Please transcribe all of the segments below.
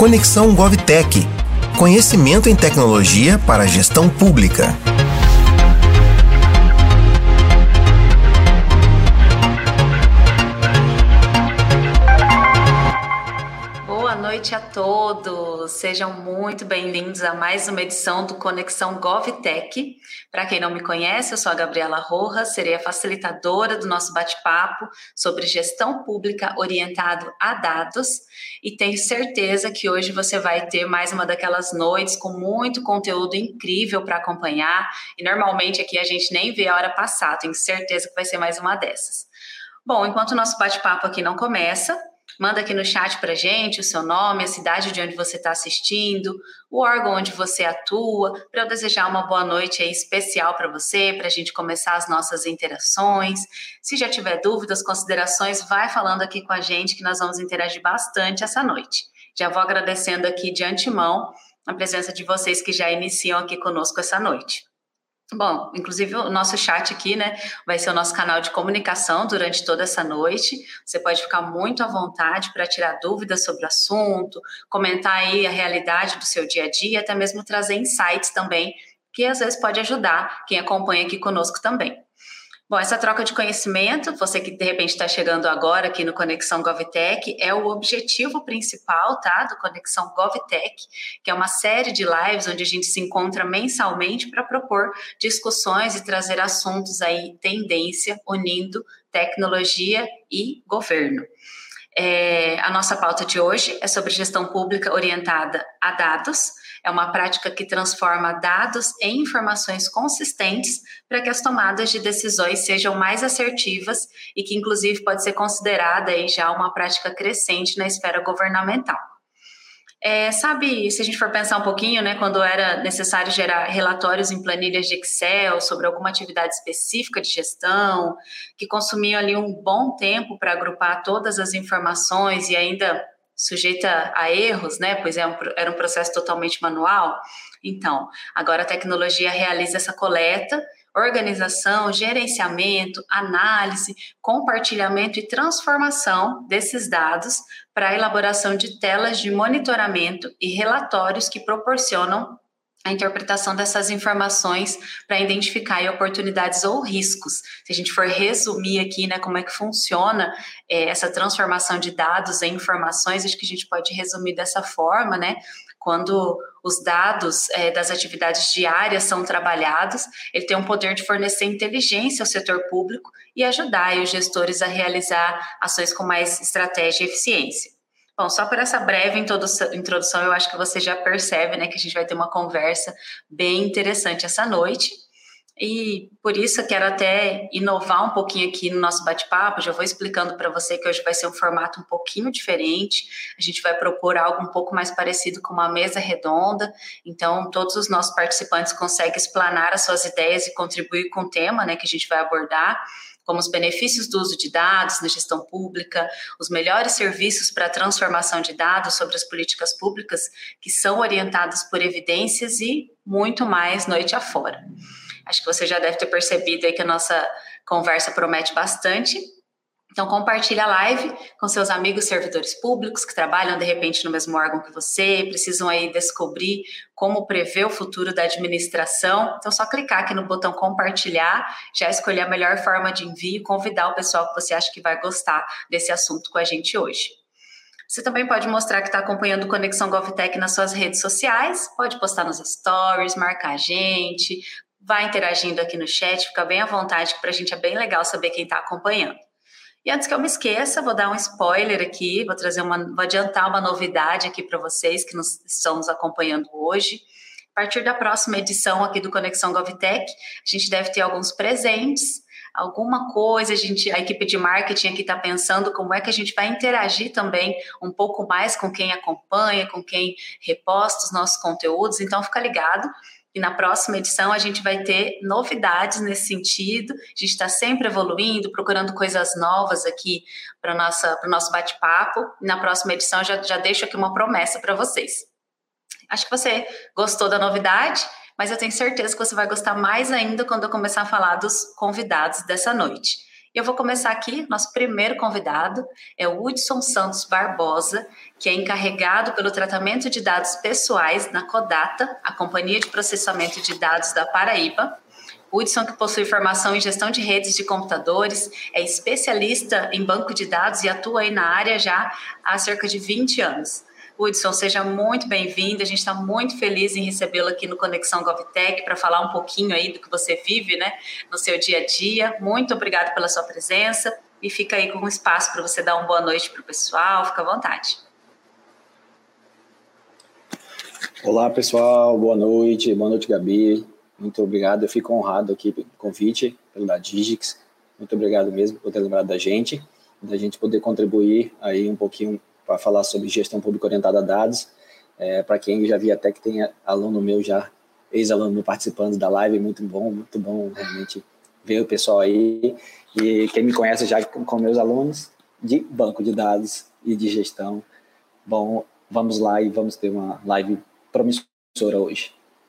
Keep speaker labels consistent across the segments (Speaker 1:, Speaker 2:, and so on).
Speaker 1: Conexão GovTech. Conhecimento em tecnologia para a gestão pública.
Speaker 2: Boa noite a todos, sejam muito bem-vindos a mais uma edição do Conexão GovTech. Para quem não me conhece, eu sou a Gabriela Rojas, serei a facilitadora do nosso bate-papo sobre gestão pública orientado a dados e tenho certeza que hoje você vai ter mais uma daquelas noites com muito conteúdo incrível para acompanhar e normalmente aqui a gente nem vê a hora passar, tenho certeza que vai ser mais uma dessas. Bom, enquanto o nosso bate-papo aqui não começa, manda aqui no chat pra gente o seu nome, a cidade de onde você está assistindo, o órgão onde você atua, para eu desejar uma boa noite aí especial para você, para a gente começar as nossas interações. Se já tiver dúvidas, considerações, vai falando aqui com a gente que nós vamos interagir bastante essa noite. Já vou agradecendo aqui de antemão a presença de vocês que já iniciam aqui conosco essa noite. Bom, inclusive o nosso chat aqui, né, vai ser o nosso canal de comunicação durante toda essa noite. Você pode ficar muito à vontade para tirar dúvidas sobre o assunto, comentar aí a realidade do seu dia a dia, até mesmo trazer insights também, que às vezes pode ajudar quem acompanha aqui conosco também. Bom, essa troca de conhecimento, você que de repente está chegando agora aqui no Conexão GovTech, é o objetivo principal, tá, do Conexão GovTech, que é uma série de lives onde a gente se encontra mensalmente para propor discussões e trazer assuntos aí, tendência, unindo tecnologia e governo. A nossa pauta de hoje é sobre gestão pública orientada a dados. É uma prática que transforma dados em informações consistentes para que as tomadas de decisões sejam mais assertivas e que, inclusive, pode ser considerada aí já uma prática crescente na esfera governamental. Sabe, se a gente for pensar um pouquinho, né, quando era necessário gerar relatórios em planilhas de Excel sobre alguma atividade específica de gestão, que consumiam ali um bom tempo para agrupar todas as informações e ainda sujeita a erros, né, pois era um processo totalmente manual. Então, agora a tecnologia realiza essa coleta, organização, gerenciamento, análise, compartilhamento e transformação desses dados para a elaboração de telas de monitoramento e relatórios que proporcionam a interpretação dessas informações para identificar oportunidades ou riscos. Se a gente for resumir aqui, né, como é que funciona essa transformação de dados em informações, acho que a gente pode resumir dessa forma, né? Quando os dados das atividades diárias são trabalhados, ele tem um poder de fornecer inteligência ao setor público e ajudar aí os gestores a realizar ações com mais estratégia e eficiência. Bom, só por essa breve introdução, eu acho que você já percebe, né, que a gente vai ter uma conversa bem interessante essa noite. E por isso eu quero até inovar um pouquinho aqui no nosso bate-papo, já vou explicando para você que hoje vai ser um formato um pouquinho diferente, a gente vai propor algo um pouco mais parecido com uma mesa redonda, então todos os nossos participantes conseguem explanar as suas ideias e contribuir com o tema, né, que a gente vai abordar, como os benefícios do uso de dados na gestão pública, os melhores serviços para a transformação de dados sobre as políticas públicas que são orientados por evidências e muito mais noite afora. Acho que você já deve ter percebido aí que a nossa conversa promete bastante. Então, compartilhe a live com seus amigos servidores públicos que trabalham, de repente, no mesmo órgão que você, precisam aí descobrir como prever o futuro da administração. Então, só clicar aqui no botão compartilhar, já escolher a melhor forma de envio e convidar o pessoal que você acha que vai gostar desse assunto com a gente hoje. Você também pode mostrar que está acompanhando o Conexão GovTech nas suas redes sociais, pode postar nos stories, marcar a gente, vai interagindo aqui no chat, fica bem à vontade, que para a gente é bem legal saber quem está acompanhando. E antes que eu me esqueça, vou dar um spoiler aqui, vou adiantar uma novidade aqui para vocês que estão nos acompanhando hoje. A partir da próxima edição aqui do Conexão GovTech, a gente deve ter alguns presentes, alguma coisa, a equipe de marketing aqui está pensando como é que a gente vai interagir também um pouco mais com quem acompanha, com quem reposta os nossos conteúdos, então fica ligado. E na próxima edição a gente vai ter novidades nesse sentido. A gente está sempre evoluindo, procurando coisas novas aqui para o nosso bate-papo. E na próxima edição eu já deixo aqui uma promessa para vocês. Acho que você gostou da novidade, mas eu tenho certeza que você vai gostar mais ainda quando eu começar a falar dos convidados dessa noite. Eu vou começar aqui, nosso primeiro convidado é o Hudson Santos Barbosa, que é encarregado pelo tratamento de dados pessoais na Codata, a Companhia de Processamento de Dados da Paraíba. Hudson, que possui formação em gestão de redes de computadores, é especialista em banco de dados e atua aí na área já há cerca de 20 anos. Hudson, seja muito bem-vindo, a gente está muito feliz em recebê-lo aqui no Conexão GovTech para falar um pouquinho aí do que você vive, né, no seu dia a dia. Muito obrigada pela sua presença e fica aí com um espaço para você dar uma boa noite para o pessoal, fica à vontade.
Speaker 3: Olá pessoal, boa noite Gabi, muito obrigado, eu fico honrado aqui pelo convite, pelo da Digix, muito obrigado mesmo por ter lembrado da gente poder contribuir aí um pouquinho para falar sobre gestão pública orientada a dados. Para quem já vi até que tem aluno meu já, ex-aluno meu participando da live, muito bom realmente ver o pessoal aí. E quem me conhece já com meus alunos de banco de dados e de gestão. Bom, vamos lá e vamos ter uma live promissora hoje.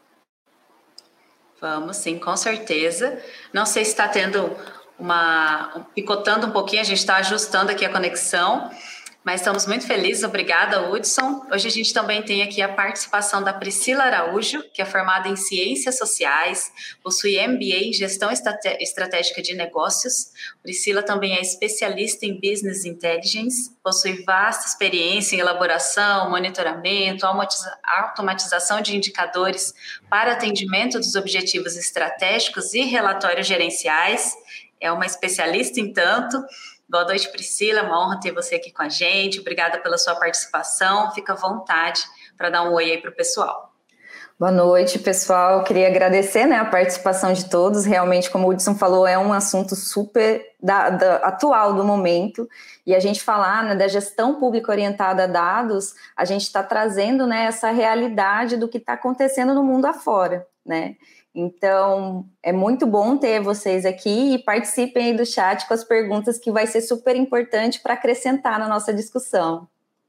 Speaker 2: Vamos sim, com certeza. Não sei se está tendo picotando um pouquinho, a gente está ajustando aqui a conexão. Mas estamos muito felizes, obrigada, Hudson. Hoje a gente também tem aqui a participação da Priscila Araújo, que é formada em Ciências Sociais, possui MBA em Gestão Estratégica de Negócios. Priscila também é especialista em Business Intelligence, possui vasta experiência em elaboração, monitoramento, automatização de indicadores para atendimento dos objetivos estratégicos e relatórios gerenciais. É uma especialista em tanto. Boa noite, Priscila, uma honra ter você aqui com a gente, obrigada pela sua participação, fica à vontade para dar um oi aí para o pessoal.
Speaker 4: Boa noite, pessoal, queria agradecer, né, a participação de todos, realmente, como o Hudson falou, é um assunto super atual do momento, e a gente falar, né, da gestão pública orientada a dados, a gente está trazendo, né, essa realidade do que está acontecendo no mundo afora, né? Então, é muito bom ter vocês aqui e participem aí do chat com as perguntas que vai ser super importante para acrescentar na nossa discussão.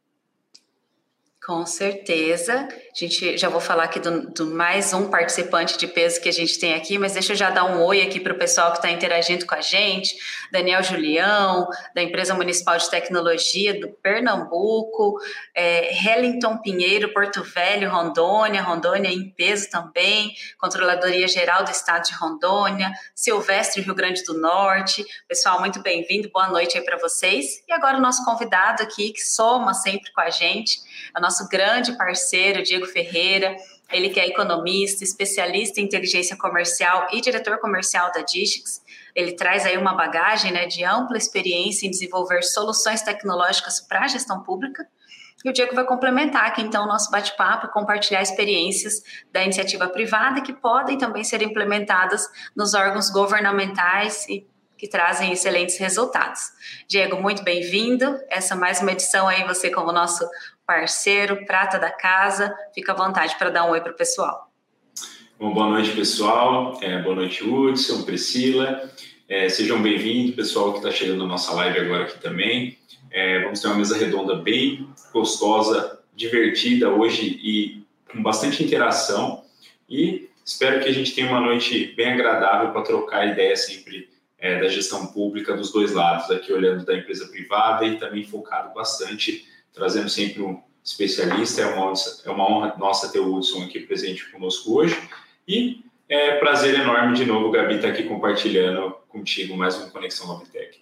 Speaker 2: Com certeza. A gente já vou falar aqui do mais um participante de peso que a gente tem aqui, mas deixa eu já dar um oi aqui para o pessoal que está interagindo com a gente. Daniel Julião, da Empresa Municipal de Tecnologia do Pernambuco, Hellington Pinheiro, Porto Velho, Rondônia em peso também, Controladoria Geral do Estado de Rondônia, Silvestre, Rio Grande do Norte. Pessoal, muito bem-vindo, boa noite aí para vocês. E agora o nosso convidado aqui, que soma sempre com a gente, é o nosso grande parceiro, Diego Ferreira, ele que é economista, especialista em inteligência comercial e diretor comercial da Digix. Ele traz aí uma bagagem, né, de ampla experiência em desenvolver soluções tecnológicas para a gestão pública. E o Diego vai complementar aqui, então, o nosso bate-papo e compartilhar experiências da iniciativa privada que podem também ser implementadas nos órgãos governamentais e que trazem excelentes resultados. Diego, muito bem-vindo. Essa é mais uma edição aí, você como nosso parceiro, prata da casa. Fica à vontade para dar um oi para o pessoal.
Speaker 5: Bom, boa noite, pessoal. Boa noite, Hudson, Priscila. Sejam bem-vindos, pessoal que está chegando na nossa live agora aqui também. Vamos ter uma mesa redonda bem gostosa, divertida hoje e com bastante interação. E espero que a gente tenha uma noite bem agradável para trocar ideias sempre da gestão pública dos dois lados, aqui olhando da empresa privada e também focado bastante, trazendo sempre um especialista. É uma honra nossa ter o Hudson aqui presente conosco hoje. E é prazer enorme de novo, Gabi, estar aqui compartilhando contigo mais uma Conexão GovTech.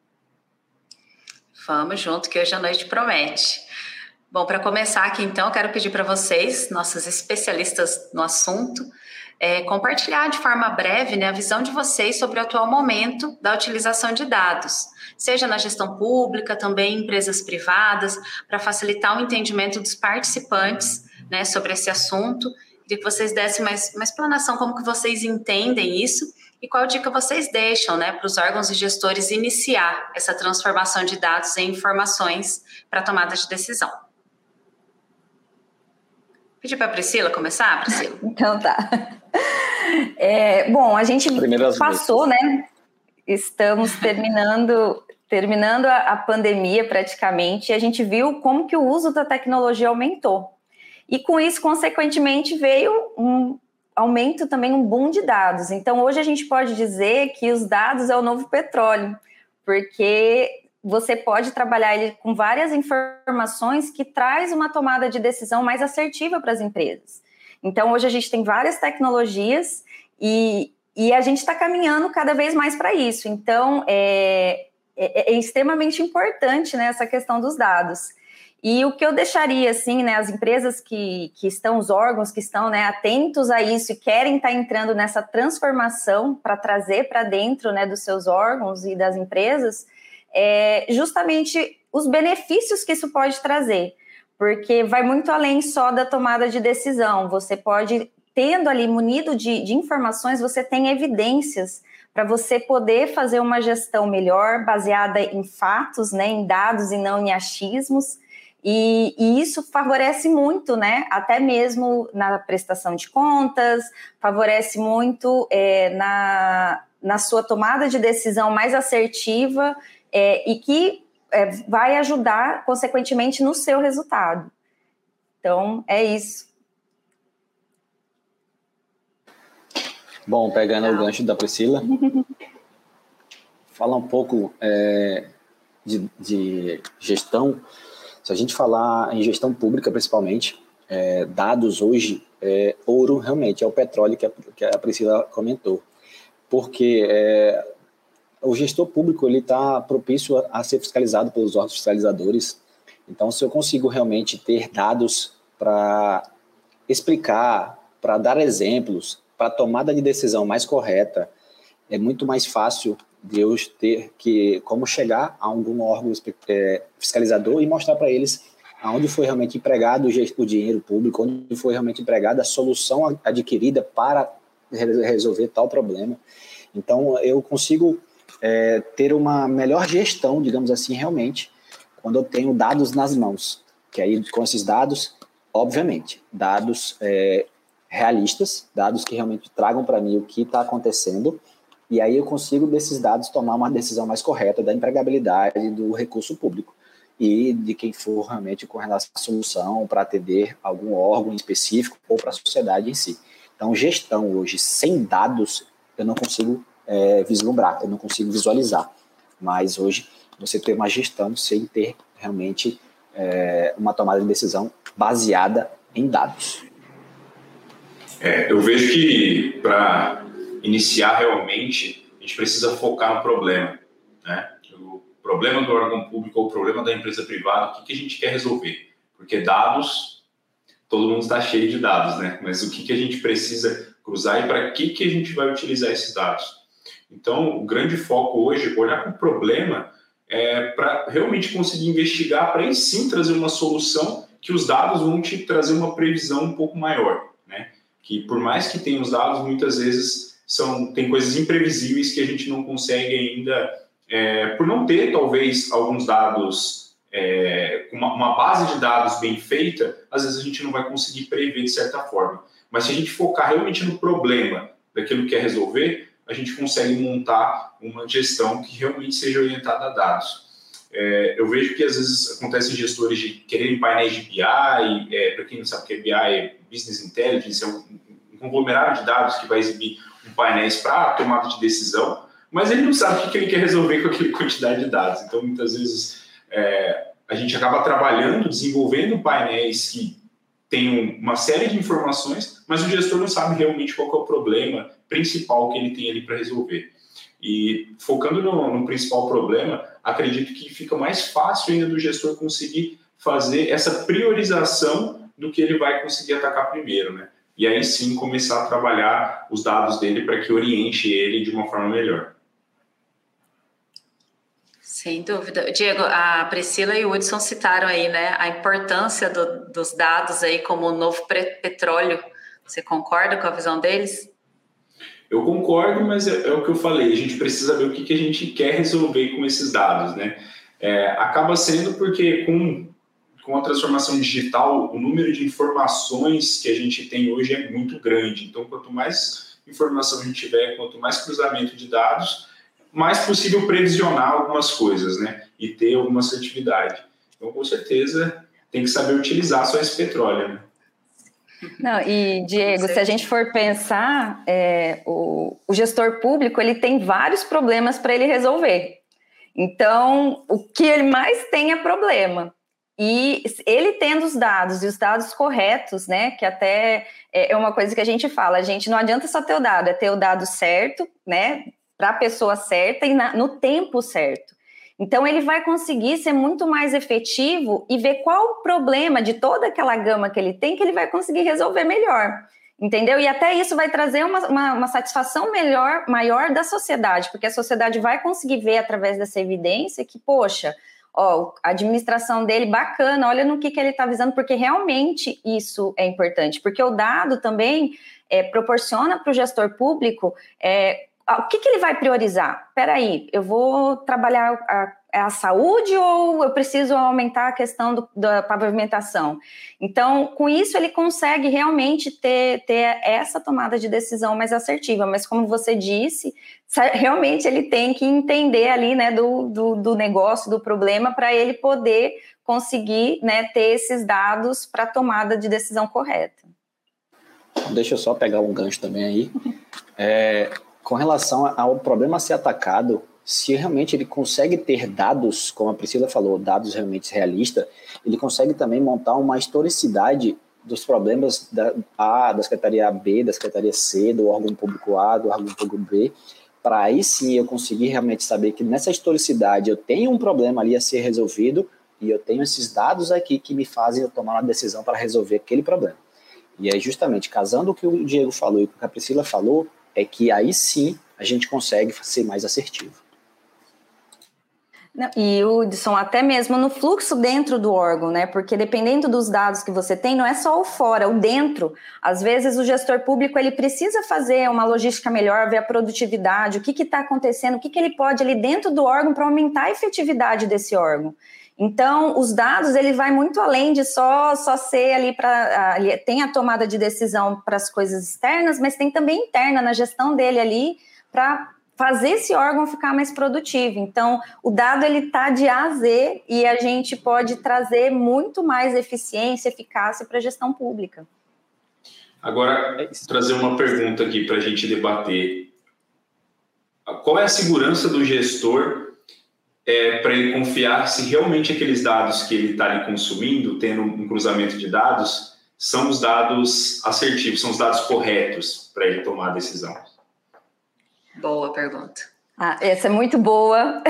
Speaker 2: Vamos junto, que hoje a noite promete. Bom, para começar aqui, então, eu quero pedir para vocês, nossos especialistas no assunto, compartilhar de forma breve, né, a visão de vocês sobre o atual momento da utilização de dados, seja na gestão pública, também em empresas privadas, para facilitar o entendimento dos participantes, né, sobre esse assunto. Queria que vocês dessem uma explanação como que vocês entendem isso e qual dica vocês deixam, né, para os órgãos e gestores iniciar essa transformação de dados em informações para tomada de decisão. Pedir para a Priscila começar, Priscila?
Speaker 4: Então tá. Bom, a gente passou, né? Estamos terminando a pandemia praticamente, e a gente viu como que o uso da tecnologia aumentou. E com isso, consequentemente, veio um aumento também, um boom de dados. Então, hoje a gente pode dizer que os dados é o novo petróleo, porque você pode trabalhar ele com várias informações que traz uma tomada de decisão mais assertiva para as empresas. Então, hoje a gente tem várias tecnologias e a gente está caminhando cada vez mais para isso. Então, é extremamente importante, né, essa questão dos dados. E o que eu deixaria, assim, né, as empresas que estão, os órgãos que estão, né, atentos a isso e querem estar entrando nessa transformação para trazer para dentro, né, dos seus órgãos e das empresas, justamente os benefícios que isso pode trazer, porque vai muito além só da tomada de decisão. Você pode, tendo ali, munido de informações, você tem evidências para você poder fazer uma gestão melhor, baseada em fatos, né, em dados e não em achismos. E isso favorece muito, né? Até mesmo na prestação de contas, favorece muito na sua tomada de decisão mais assertiva e que vai ajudar, consequentemente, no seu resultado. Então, é isso.
Speaker 3: Bom, pegando o gancho da Priscila, falar um pouco de gestão. Se a gente falar em gestão pública, principalmente, dados hoje é ouro, realmente, é o petróleo que a Priscila comentou. Porque o gestor público está propício a ser fiscalizado pelos órgãos fiscalizadores. Então, se eu consigo realmente ter dados para explicar, para dar exemplos, para a tomada de decisão mais correta, é muito mais fácil de eu ter como chegar a algum órgão fiscalizador e mostrar para eles aonde foi realmente empregado o dinheiro público, onde foi realmente empregada a solução adquirida para resolver tal problema. Então, eu consigo ter uma melhor gestão, digamos assim, realmente, quando eu tenho dados nas mãos. Que aí, com esses dados, obviamente, dados realistas, dados que realmente tragam para mim o que está acontecendo, e aí eu consigo, desses dados, tomar uma decisão mais correta da empregabilidade do recurso público e de quem for realmente com relação à solução para atender algum órgão específico ou para a sociedade em si. Então, gestão hoje sem dados, eu não consigo vislumbrar, eu não consigo visualizar. Mas hoje, você tem uma gestão sem ter realmente uma tomada de decisão baseada em dados.
Speaker 5: Eu vejo que para iniciar realmente, a gente precisa focar no problema, né? O problema do órgão público ou o problema da empresa privada, o que a gente quer resolver? Porque dados, todo mundo está cheio de dados, né? Mas o que a gente precisa cruzar e para que a gente vai utilizar esses dados? Então, o grande foco hoje é olhar para o problema para realmente conseguir investigar, para aí sim trazer uma solução que os dados vão te trazer uma previsão um pouco maior, né? Que por mais que tenha os dados, muitas vezes tem coisas imprevisíveis que a gente não consegue ainda, por não ter talvez alguns dados, uma base de dados bem feita, às vezes a gente não vai conseguir prever de certa forma. Mas se a gente focar realmente no problema daquilo que quer resolver, a gente consegue montar uma gestão que realmente seja orientada a dados. Eu vejo que às vezes acontecem gestores de quererem painéis de BI, para quem não sabe o que é BI, é Business Intelligence, é um conglomerado de dados que vai exibir painéis para tomada de decisão, mas ele não sabe o que ele quer resolver com aquela quantidade de dados. Então, muitas vezes, a gente acaba trabalhando, desenvolvendo painéis que têm uma série de informações, mas o gestor não sabe realmente qual que é o problema principal que ele tem ali para resolver. E focando no principal problema, acredito que fica mais fácil ainda do gestor conseguir fazer essa priorização do que ele vai conseguir atacar primeiro, né? E aí sim começar a trabalhar os dados dele para que oriente ele de uma forma melhor.
Speaker 2: Sem dúvida. Diego, a Priscila e o Hudson citaram aí, né, a importância dos dados aí como o novo petróleo. Você concorda com a visão deles?
Speaker 5: Eu concordo, mas é o que eu falei, a gente precisa ver o que a gente quer resolver com esses dados, né? Acaba sendo porque com a transformação digital, o número de informações que a gente tem hoje é muito grande. Então, quanto mais informação a gente tiver, quanto mais cruzamento de dados, mais possível previsionar algumas coisas, né? E ter alguma assertividade. Então, com certeza, tem que saber utilizar só esse petróleo, né?
Speaker 4: Não, e Diego, se a gente for pensar, o gestor público ele tem vários problemas para ele resolver. Então, o que ele mais tem é problema. E ele tendo os dados, e os dados corretos, né, que até é uma coisa que a gente fala, a gente não adianta só ter o dado, é ter o dado certo, né, para a pessoa certa e no tempo certo. Então, ele vai conseguir ser muito mais efetivo e ver qual o problema de toda aquela gama que ele tem que ele vai conseguir resolver melhor, entendeu? E até isso vai trazer uma satisfação maior da sociedade, porque a sociedade vai conseguir ver através dessa evidência que, poxa, ó, a administração dele bacana, olha no que ele está visando, porque realmente isso é importante, porque o dado também proporciona para o gestor público o que ele vai priorizar? Peraí, eu vou trabalhar a saúde ou eu preciso aumentar a questão da pavimentação? Então, com isso, ele consegue realmente ter essa tomada de decisão mais assertiva, mas como você disse, realmente ele tem que entender ali, né, do negócio, do problema, para ele poder conseguir, né, ter esses dados para a tomada de decisão correta.
Speaker 3: Deixa eu só pegar um gancho também aí. Com relação ao problema a ser atacado, se realmente ele consegue ter dados, como a Priscila falou, dados realmente realistas, ele consegue também montar uma historicidade dos problemas da Secretaria B, da Secretaria C, do órgão público A, do órgão público B, para aí sim eu conseguir realmente saber que nessa historicidade eu tenho um problema ali a ser resolvido e eu tenho esses dados aqui que me fazem eu tomar uma decisão para resolver aquele problema. E aí justamente, casando o que o Diego falou e o que a Priscila falou, é que aí sim a gente consegue ser mais assertivo.
Speaker 4: E, Hudson, até mesmo no fluxo dentro do órgão, né? Porque dependendo dos dados que você tem, não é só o fora, o dentro. Às vezes o gestor público ele precisa fazer uma logística melhor, ver a produtividade, o que está acontecendo, o que ele pode ali dentro do órgão para aumentar a efetividade desse órgão. Então, os dados, ele vai muito além de só ser ali tem a tomada de decisão para as coisas externas, mas tem também interna na gestão dele ali para fazer esse órgão ficar mais produtivo. Então, o dado, ele está de A a Z e a gente pode trazer muito mais eficiência, eficácia para a gestão pública.
Speaker 5: Agora, trazer uma pergunta aqui para a gente debater. Qual é a segurança do gestor para ele confiar se realmente aqueles dados que ele está ali consumindo, tendo um cruzamento de dados, são os dados assertivos, são os dados corretos para ele tomar a decisão?
Speaker 2: Boa pergunta.
Speaker 4: Essa é muito boa.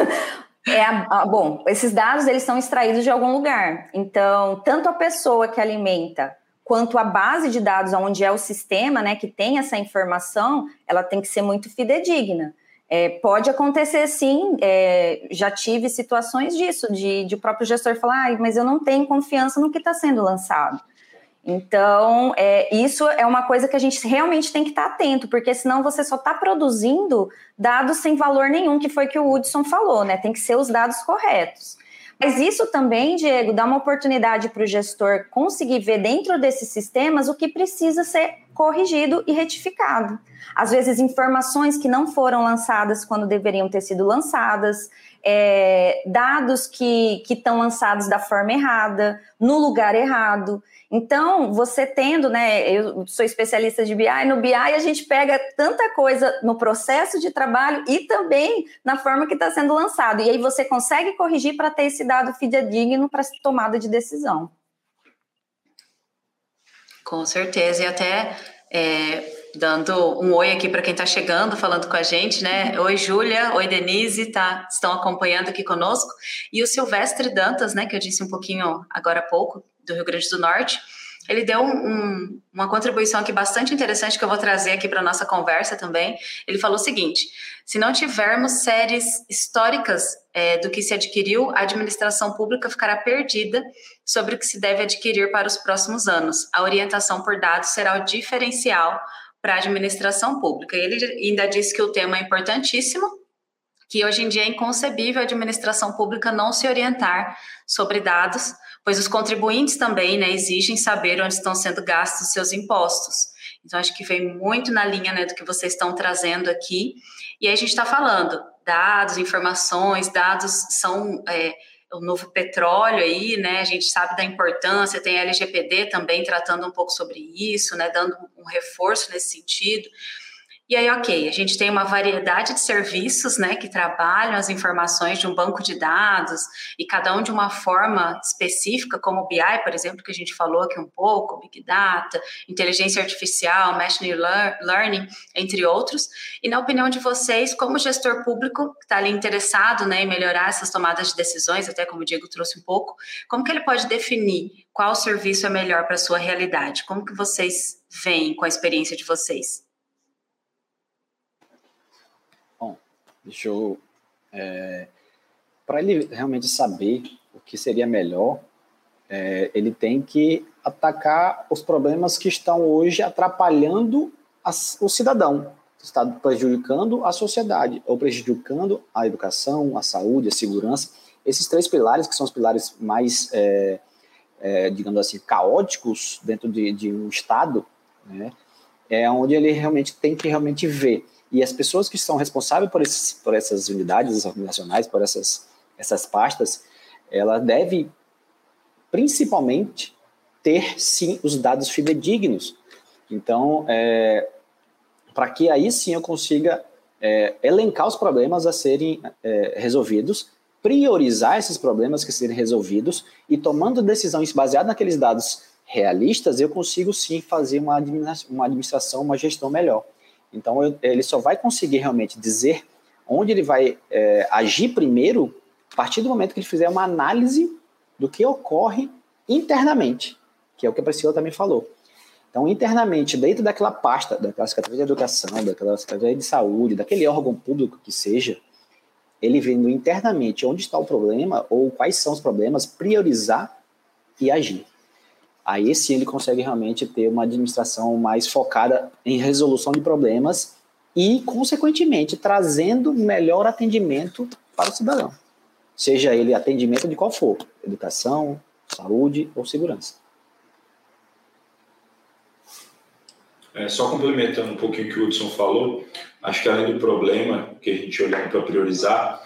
Speaker 4: Bom, esses dados eles são extraídos de algum lugar. Então, tanto a pessoa que alimenta quanto a base de dados, onde é o sistema, né, que tem essa informação, ela tem que ser muito fidedigna. Pode acontecer sim, já tive situações disso, de o próprio gestor falar, mas eu não tenho confiança no que está sendo lançado. Então, isso é uma coisa que a gente realmente tem que estar atento, porque senão você só está produzindo dados sem valor nenhum, que foi o que o Hudson falou, né? Tem que ser os dados corretos. Mas isso também, Diego, dá uma oportunidade para o gestor conseguir ver dentro desses sistemas o que precisa ser corrigido e retificado. Às vezes, informações que não foram lançadas quando deveriam ter sido lançadas, dados que estão lançados da forma errada, no lugar errado. Então, você tendo, né, eu sou especialista de BI, no BI a gente pega tanta coisa no processo de trabalho e também na forma que está sendo lançado. E aí você consegue corrigir para ter esse dado fidedigno para tomada de decisão.
Speaker 2: Com certeza, e até dando um oi aqui para quem está chegando, falando com a gente, né? Oi, Júlia, oi, Denise, estão acompanhando aqui conosco. E o Silvestre Dantas, né, que eu disse um pouquinho agora há pouco, do Rio Grande do Norte, ele deu uma contribuição aqui bastante interessante que eu vou trazer aqui para a nossa conversa também. Ele falou o seguinte: se não tivermos séries históricas do que se adquiriu, a administração pública ficará perdida sobre o que se deve adquirir para os próximos anos. A orientação por dados será o diferencial para a administração pública. E ele ainda disse que o tema é importantíssimo, que hoje em dia é inconcebível a administração pública não se orientar sobre dados, pois os contribuintes também, né, exigem saber onde estão sendo gastos seus impostos. Então, acho que vem muito na linha, né, do que vocês estão trazendo aqui. E aí a gente está falando, dados, informações, dados são o novo petróleo aí, né, a gente sabe da importância, tem a LGPD também tratando um pouco sobre isso, né, dando um reforço nesse sentido. E aí, ok, a gente tem uma variedade de serviços, né, que trabalham as informações de um banco de dados e cada um de uma forma específica, como o BI, por exemplo, que a gente falou aqui um pouco, Big Data, inteligência artificial, Machine Learning, entre outros. E na opinião de vocês, como gestor público que está ali interessado, né, em melhorar essas tomadas de decisões, até como o Diego trouxe um pouco, como que ele pode definir qual serviço é melhor para a sua realidade? Como que vocês veem com a experiência de vocês?
Speaker 3: Deixa eu... para ele realmente saber o que seria melhor, ele tem que atacar os problemas que estão hoje atrapalhando o cidadão, está prejudicando a sociedade, ou prejudicando a educação, a saúde, a segurança. Esses 3 pilares, que são os pilares mais, digamos assim, caóticos dentro de um Estado, né, é onde ele realmente tem que realmente ver. E as pessoas que são responsáveis por essas unidades organizacionais, por essas pastas, ela deve, principalmente, ter, sim, os dados fidedignos. Então, para que aí, sim, eu consiga elencar os problemas a serem resolvidos, priorizar esses problemas que serem resolvidos e, tomando decisões baseadas naqueles dados realistas, eu consigo, sim, fazer uma administração, uma gestão melhor. Então, ele só vai conseguir realmente dizer onde ele vai agir primeiro a partir do momento que ele fizer uma análise do que ocorre internamente, que é o que a Priscila também falou. Então, internamente, dentro daquela pasta, daquela Secretaria de Educação, daquela Secretaria de Saúde, daquele órgão público que seja, ele vendo internamente onde está o problema ou quais são os problemas, priorizar e agir. Aí sim ele consegue realmente ter uma administração mais focada em resolução de problemas e, consequentemente, trazendo melhor atendimento para o cidadão. Seja ele atendimento de qual for, educação, saúde ou segurança.
Speaker 5: Só complementando um pouquinho o que o Hudson falou, acho que além do problema que a gente olhando para priorizar,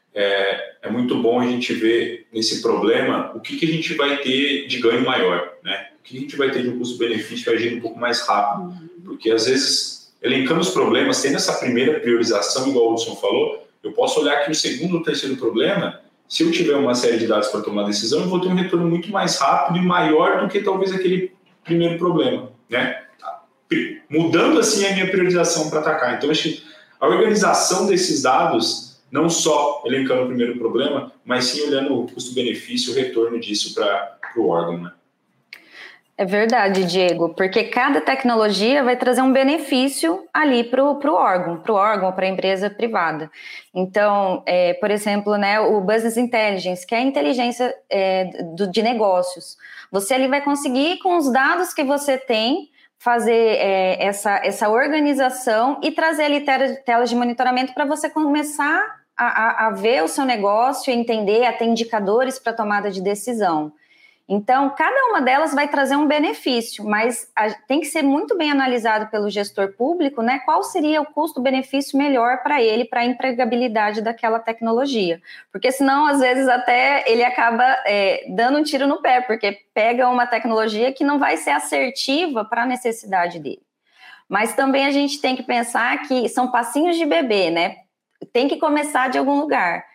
Speaker 5: é muito bom a gente ver nesse problema o que a gente vai ter de ganho maior, né? O que a gente vai ter de um custo-benefício agindo um pouco mais rápido. Porque, às vezes, elencando os problemas, tendo essa primeira priorização, igual o Hudson falou, eu posso olhar que o segundo ou terceiro problema, se eu tiver uma série de dados para tomar decisão, eu vou ter um retorno muito mais rápido e maior do que talvez aquele primeiro problema, né? Mudando, assim, a minha priorização para atacar. Então, acho que a organização desses dados, não só elencando o primeiro problema, mas sim olhando o custo-benefício, o retorno disso para o órgão, né?
Speaker 4: É verdade, Diego, porque cada tecnologia vai trazer um benefício ali para o órgão, para a empresa privada. Então, por exemplo, né, o Business Intelligence, que é a inteligência de negócios. Você ali vai conseguir, com os dados que você tem, fazer essa organização e trazer ali telas de monitoramento para você começar a ver o seu negócio, entender, a ter indicadores para tomada de decisão. Então, cada uma delas vai trazer um benefício, mas tem que ser muito bem analisado pelo gestor público, né? Qual seria o custo-benefício melhor para ele, para a empregabilidade daquela tecnologia. Porque senão, às vezes, até ele acaba dando um tiro no pé, porque pega uma tecnologia que não vai ser assertiva para a necessidade dele. Mas também a gente tem que pensar que são passinhos de bebê, né? Tem que começar de algum lugar.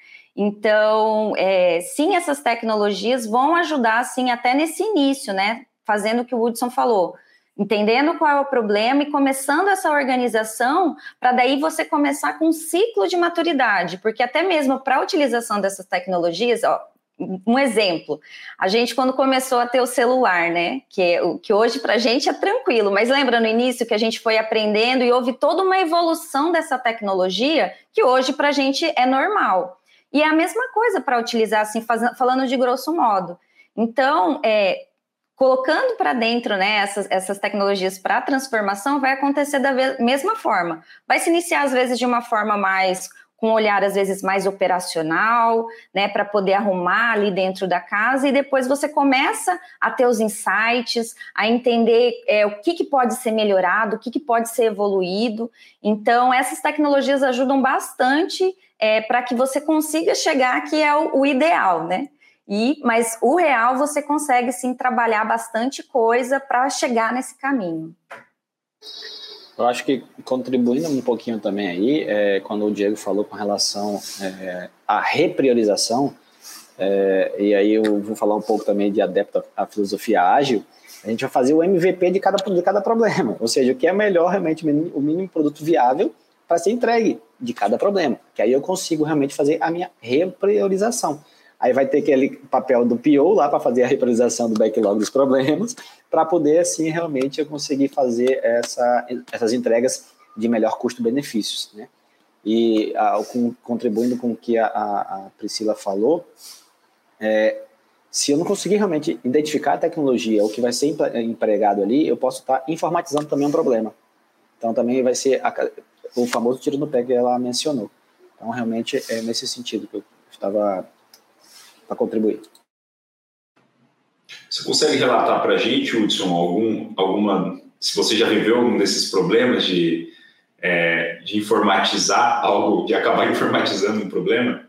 Speaker 4: Então, sim, essas tecnologias vão ajudar, sim, até nesse início, né? Fazendo o que o Hudson falou, entendendo qual é o problema e começando essa organização para daí você começar com um ciclo de maturidade, porque até mesmo para a utilização dessas tecnologias, ó, um exemplo, a gente quando começou a ter o celular, né? Que hoje para a gente é tranquilo, mas lembra no início que a gente foi aprendendo e houve toda uma evolução dessa tecnologia que hoje para a gente é normal. E é a mesma coisa para utilizar, assim, falando de grosso modo. Então, colocando para dentro, né, essas tecnologias para transformação, vai acontecer da mesma forma. Vai se iniciar, às vezes, de uma forma mais, com um olhar, às vezes, mais operacional, né, para poder arrumar ali dentro da casa, e depois você começa a ter os insights, a entender o que pode ser melhorado, o que pode ser evoluído. Então, essas tecnologias ajudam bastante para que você consiga chegar, que é o ideal, né? Mas o real você consegue sim trabalhar bastante coisa para chegar nesse caminho.
Speaker 3: Eu acho que contribuindo um pouquinho também aí, quando o Diego falou com relação à repriorização, e aí eu vou falar um pouco também de adepto à filosofia ágil, a gente vai fazer o MVP de cada problema, ou seja, o que é melhor realmente, o mínimo produto viável para ser entregue de cada problema, que aí eu consigo realmente fazer a minha repriorização. Aí vai ter aquele papel do PO lá para fazer a repriorização do backlog dos problemas, para poder, assim, realmente eu conseguir fazer essas entregas de melhor custo-benefícios, né? E contribuindo com o que a Priscila falou, se eu não conseguir realmente identificar a tecnologia, o que vai ser empregado ali, eu posso estar informatizando também um problema. Então também vai ser o famoso tiro no pé que ela mencionou. Então realmente é nesse sentido que eu estava para contribuir.
Speaker 5: Você consegue relatar para a gente, Hudson, se você já viveu algum desses problemas de informatizar algo, de acabar informatizando um problema?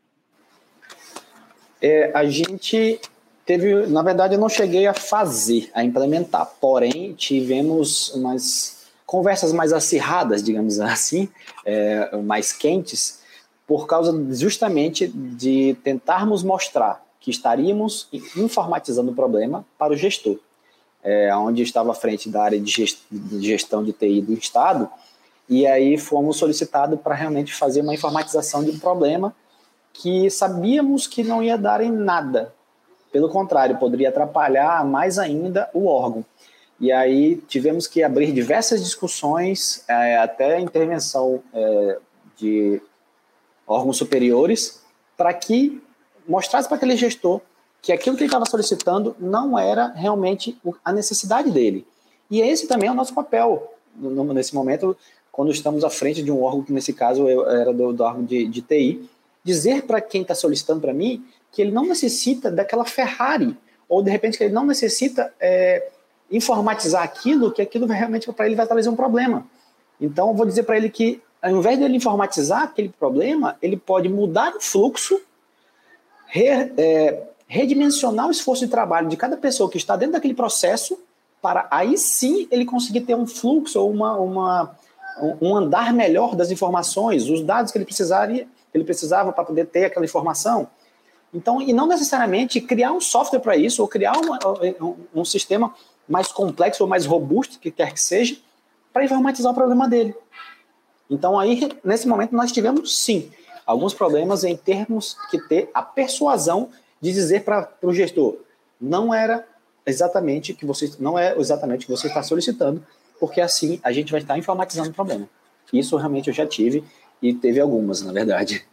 Speaker 3: A gente teve, na verdade eu não cheguei a implementar, porém tivemos umas conversas mais acirradas, digamos assim, mais quentes, por causa justamente de tentarmos mostrar que estaríamos informatizando o problema para o gestor, onde estava à frente da área de gestão de TI do Estado, e aí fomos solicitados para realmente fazer uma informatização de um problema que sabíamos que não ia dar em nada, pelo contrário, poderia atrapalhar mais ainda o órgão. E aí tivemos que abrir diversas discussões, até a intervenção de órgãos superiores, para que mostrasse para aquele gestor que aquilo que ele estava solicitando não era realmente a necessidade dele. E esse também é o nosso papel, nesse momento, quando estamos à frente de um órgão, que nesse caso era do órgão de TI, dizer para quem está solicitando para mim que ele não necessita daquela Ferrari, ou de repente que ele não necessita informatizar aquilo, que aquilo realmente para ele vai trazer um problema. Então eu vou dizer para ele que ao invés de ele informatizar aquele problema, ele pode mudar o fluxo, redimensionar o esforço de trabalho de cada pessoa que está dentro daquele processo, para aí sim ele conseguir ter um fluxo ou um andar melhor das informações, os dados que ele precisava para poder ter aquela informação. Então, e não necessariamente criar um software para isso, ou criar um sistema mais complexo ou mais robusto, que quer que seja, para informatizar o problema dele. Então, aí, nesse momento, nós tivemos, sim, alguns problemas em termos que ter a persuasão de dizer para o gestor, não é exatamente o que você está solicitando, porque assim a gente vai estar informatizando o problema. Isso realmente eu já tive, e teve algumas, na verdade.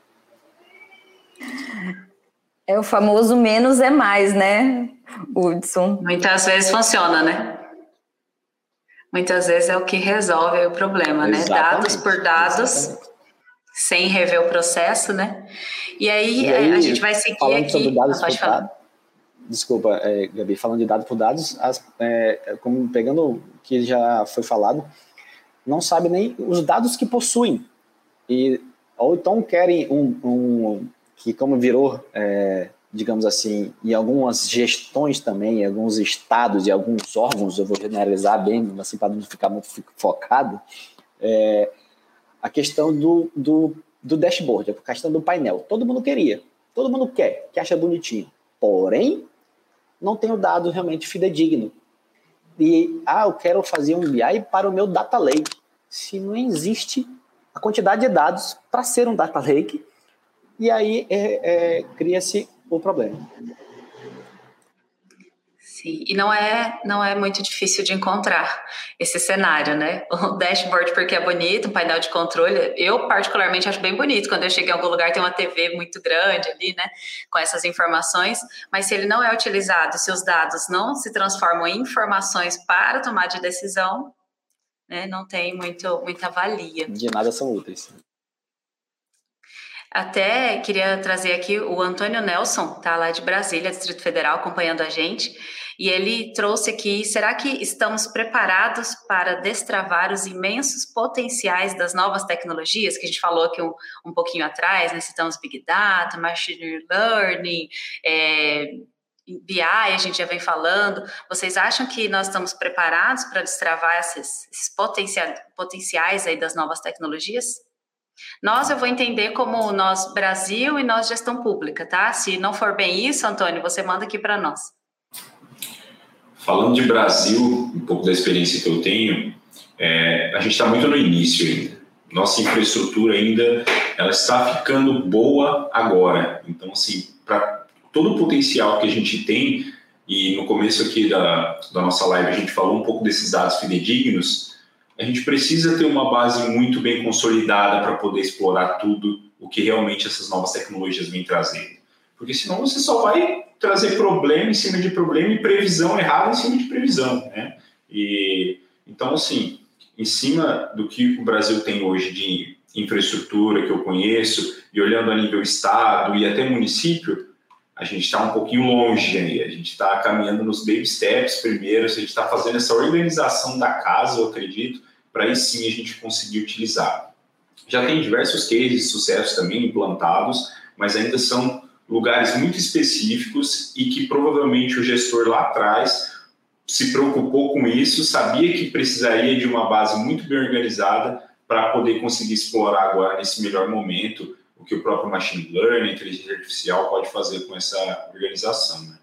Speaker 4: É o famoso menos é mais, né, Hudson?
Speaker 2: Muitas vezes funciona, né? Muitas vezes é o que resolve o problema, né? Dados por dados, sem rever o processo, né? E aí a gente vai seguir
Speaker 3: falando
Speaker 2: aqui...
Speaker 3: sobre dados
Speaker 2: pode falar.
Speaker 3: dados, desculpa, Gabi, falando de dados por dados, como pegando o que já foi falado, não sabe nem os dados que possuem. Ou então querem que como virou... digamos assim, em algumas gestões também, em alguns estados e alguns órgãos, eu vou generalizar bem, assim, para não ficar muito focado, a questão do dashboard, a questão do painel. Todo mundo quer, que acha bonitinho. Porém, não tem o dado realmente fidedigno. E, eu quero fazer um BI para o meu data lake. Se não existe a quantidade de dados para ser um data lake, e aí cria-se o problema.
Speaker 2: Sim, e não é muito difícil de encontrar esse cenário, né? O dashboard, porque é bonito, um painel de controle, eu particularmente acho bem bonito. Quando eu chego em algum lugar tem uma TV muito grande ali, né? Com essas informações, mas se ele não é utilizado, se os dados não se transformam em informações para tomar de decisão, né? Não tem muita valia.
Speaker 3: De nada são úteis.
Speaker 2: Até queria trazer aqui o Antônio Nelson, tá lá de Brasília, Distrito Federal, acompanhando a gente, e ele trouxe aqui, será que estamos preparados para destravar os imensos potenciais das novas tecnologias, que a gente falou aqui um pouquinho atrás, né? Citamos Big Data, Machine Learning, BI, a gente já vem falando. Vocês acham que nós estamos preparados para destravar esses potenciais aí das novas tecnologias? Nós, eu vou entender como nós Brasil e nós gestão pública, tá? Se não for bem isso, Antônio, você manda aqui para nós.
Speaker 5: Falando de Brasil, um pouco da experiência que eu tenho, a gente está muito no início ainda. Nossa infraestrutura ainda ela está ficando boa agora. Então, assim, para todo o potencial que a gente tem, e no começo aqui da nossa live a gente falou um pouco desses dados fidedignos, a gente precisa ter uma base muito bem consolidada para poder explorar tudo o que realmente essas novas tecnologias vêm trazendo. Porque senão você só vai trazer problema em cima de problema e previsão errada em cima de previsão, né? E, então, assim, em cima do que o Brasil tem hoje de infraestrutura que eu conheço, e olhando a nível estado e até município, a gente está um pouquinho longe aí, a gente está caminhando nos baby steps primeiro, a gente está fazendo essa organização da casa, eu acredito, para aí sim a gente conseguir utilizar. Já tem diversos cases de sucesso também implantados, mas ainda são lugares muito específicos e que provavelmente o gestor lá atrás se preocupou com isso, sabia que precisaria de uma base muito bem organizada para poder conseguir explorar agora nesse melhor momento o que o próprio machine learning, inteligência artificial pode fazer com essa organização, né?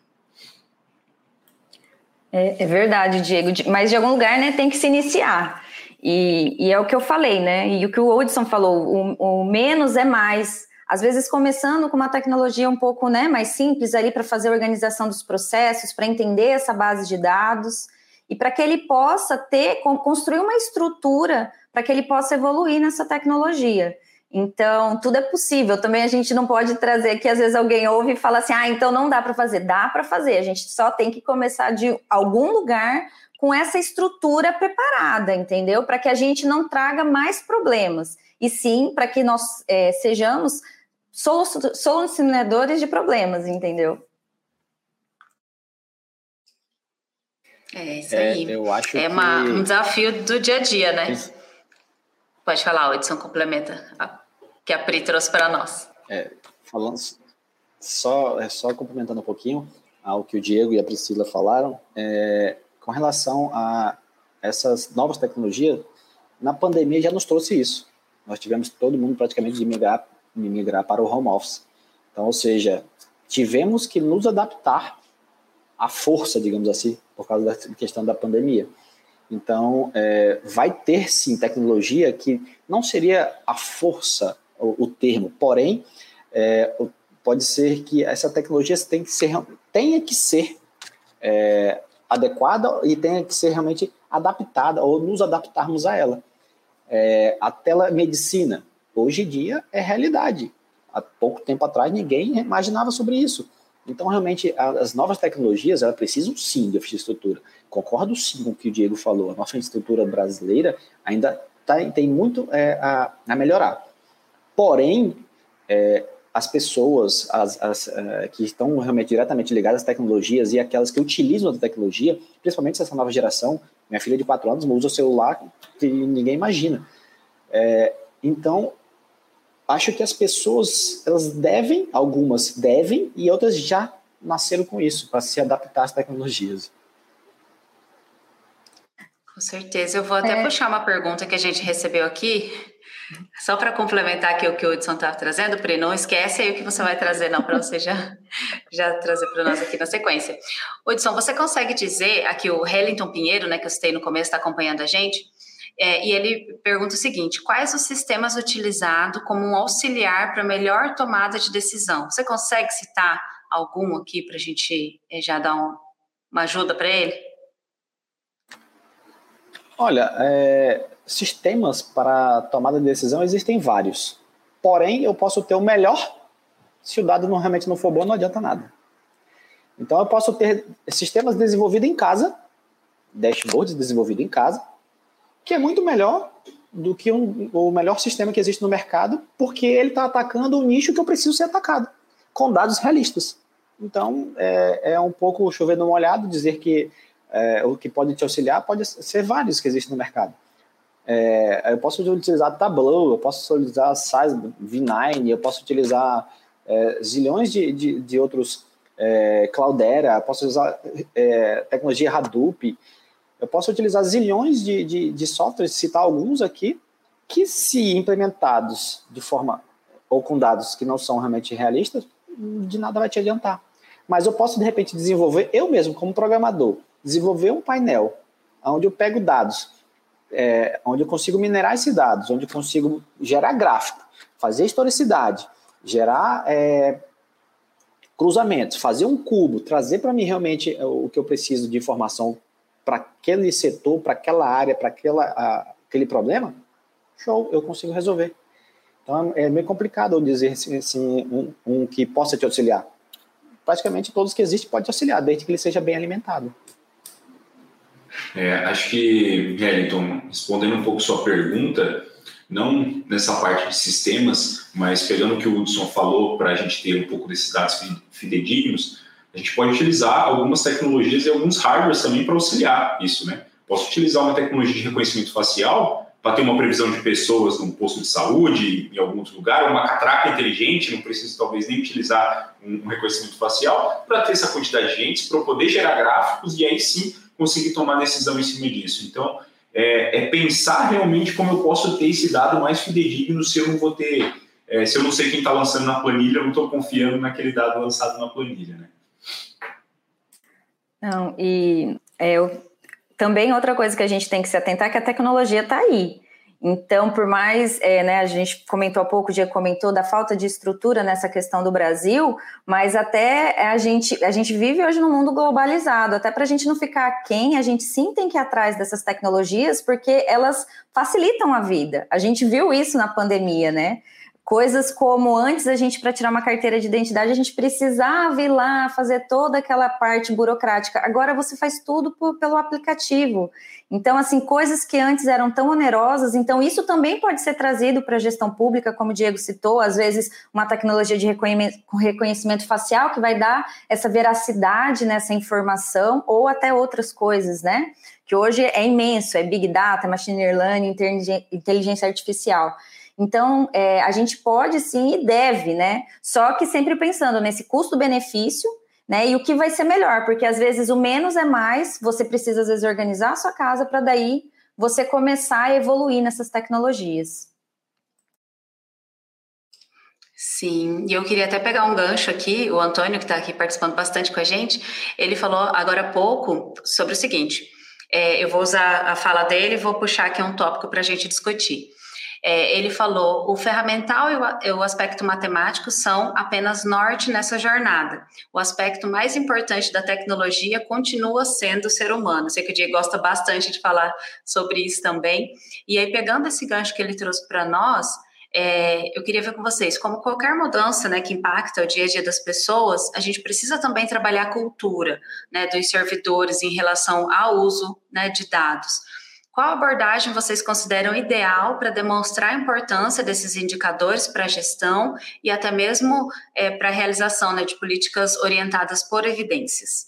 Speaker 4: É verdade, Diego, mas de algum lugar, né, tem que se iniciar. E é o que eu falei, né? E o que o Hudson falou, o menos é mais. Às vezes começando com uma tecnologia um pouco, né, mais simples ali para fazer a organização dos processos, para entender essa base de dados e para que ele possa construir uma estrutura para que ele possa evoluir nessa tecnologia. Então, tudo é possível. Também a gente não pode trazer que às vezes alguém ouve e fala assim, então não dá para fazer. Dá para fazer, a gente só tem que começar de algum lugar com essa estrutura preparada, entendeu? Para que a gente não traga mais problemas. E sim, para que nós sejamos solucionadores de problemas, entendeu?
Speaker 2: É isso aí.
Speaker 3: Eu acho que...
Speaker 2: um desafio do dia a dia, né? Pode falar, Hudson, complementa que a Pri trouxe para nós.
Speaker 3: Falando só complementando um pouquinho ao que o Diego e a Priscila falaram, com relação a essas novas tecnologias, na pandemia já nos trouxe isso. Nós tivemos todo mundo praticamente de migrar para o home office. Então, ou seja, tivemos que nos adaptar à força, digamos assim, por causa da questão da pandemia. Então, vai ter sim tecnologia que não seria a força o termo, porém, pode ser que essa tecnologia tenha que ser adequada e tenha que ser realmente adaptada ou nos adaptarmos a ela. A telemedicina, hoje em dia, é realidade. Há pouco tempo atrás, ninguém imaginava sobre isso. Então, realmente, as novas tecnologias, elas precisam sim de infraestrutura. Concordo sim com o que o Diego falou. A nossa infraestrutura brasileira ainda tem muito a melhorar. Porém, as pessoas que estão realmente diretamente ligadas às tecnologias e aquelas que utilizam a tecnologia, principalmente essa nova geração, minha filha de 4 anos usa o celular que ninguém imagina. Então, acho que as pessoas, algumas devem, e outras já nasceram com isso, para se adaptar às tecnologias.
Speaker 2: Com certeza. Eu vou até puxar uma pergunta que a gente recebeu aqui, só para complementar aqui o que o Hudson estava trazendo. Pri, não esquece aí o que você vai trazer, não, para você já trazer para nós aqui na sequência. Hudson, você consegue dizer, aqui o Hellington Pinheiro, né, que eu citei no começo, está acompanhando a gente, e ele pergunta o seguinte: quais os sistemas utilizados como um auxiliar para melhor tomada de decisão? Você consegue citar algum aqui para a gente já dar uma ajuda para ele?
Speaker 3: Olha, sistemas para tomada de decisão existem vários. Porém, eu posso ter o melhor, se o dado realmente não for bom, não adianta nada. Então, eu posso ter sistemas desenvolvidos em casa, dashboards desenvolvidos em casa, que é muito melhor do que o melhor sistema que existe no mercado, porque ele está atacando o nicho que eu preciso ser atacado, com dados realistas. Então, é um pouco chover no molhado, dizer que o que pode te auxiliar pode ser vários que existem no mercado. Eu posso utilizar Tableau, eu posso utilizar Size V9, eu posso utilizar zilhões de outros Cloudera, posso usar tecnologia Hadoop, eu posso utilizar zilhões de softwares, citar alguns aqui, que se implementados de forma, ou com dados que não são realmente realistas, de nada vai te adiantar. Mas eu posso, de repente, desenvolver, eu mesmo, como programador, desenvolver um painel onde eu pego dados, onde eu consigo minerar esses dados, onde eu consigo gerar gráfico, fazer historicidade, gerar cruzamentos, fazer um cubo, trazer para mim realmente o que eu preciso de informação para aquele setor, para aquela área, para aquele problema, show, eu consigo resolver. Então é meio complicado eu dizer assim, um que possa te auxiliar. Praticamente todos que existem podem te auxiliar, desde que ele seja bem alimentado.
Speaker 5: Acho que, Wellington, respondendo um pouco sua pergunta, não nessa parte de sistemas, mas pegando o que o Hudson falou, para a gente ter um pouco desses dados fidedignos, a gente pode utilizar algumas tecnologias e alguns hardwares também para auxiliar isso, né? Posso utilizar uma tecnologia de reconhecimento facial para ter uma previsão de pessoas num posto de saúde, em algum outro lugar, uma catraca inteligente, não preciso talvez nem utilizar um reconhecimento facial, para ter essa quantidade de gente, para eu poder gerar gráficos e aí sim conseguir tomar decisão em cima disso. Então, pensar realmente como eu posso ter esse dado mais fidedigno se eu não vou ter, se eu não sei quem está lançando na planilha, eu não estou confiando naquele dado lançado na planilha, né?
Speaker 4: Não, também outra coisa que a gente tem que se atentar é que a tecnologia está aí. Então, por mais, a gente comentou há pouco, o Diego comentou da falta de estrutura nessa questão do Brasil, mas até a gente vive hoje num mundo globalizado, até para a gente não ficar aquém, a gente sim tem que ir atrás dessas tecnologias, porque elas facilitam a vida. A gente viu isso na pandemia, né? Coisas como antes a gente, para tirar uma carteira de identidade, a gente precisava ir lá fazer toda aquela parte burocrática. Agora você faz tudo pelo aplicativo. Então, assim, coisas que antes eram tão onerosas, então isso também pode ser trazido para a gestão pública, como o Diego citou, às vezes uma tecnologia de reconhecimento facial que vai dar essa veracidade nessa informação, ou até outras coisas, né? Que hoje é imenso, é Big Data, Machine Learning, inteligência artificial. Então, a gente pode sim e deve, né? Só que sempre pensando nesse custo-benefício, né? E o que vai ser melhor, porque às vezes o menos é mais, você precisa às vezes organizar a sua casa para daí você começar a evoluir nessas tecnologias.
Speaker 2: Sim, e eu queria até pegar um gancho aqui, o Antônio, que está aqui participando bastante com a gente, ele falou agora há pouco sobre o seguinte, eu vou usar a fala dele e vou puxar aqui um tópico para a gente discutir. Ele falou, o ferramental e o aspecto matemático são apenas norte nessa jornada. O aspecto mais importante da tecnologia continua sendo o ser humano. Sei que o Diego gosta bastante de falar sobre isso também. E aí, pegando esse gancho que ele trouxe para nós, eu queria ver com vocês, como qualquer mudança, né, que impacta o dia a dia das pessoas, a gente precisa também trabalhar a cultura, né, dos servidores em relação ao uso, né, de dados. Qual abordagem vocês consideram ideal para demonstrar a importância desses indicadores para a gestão e até mesmo para a realização, né, de políticas orientadas por evidências?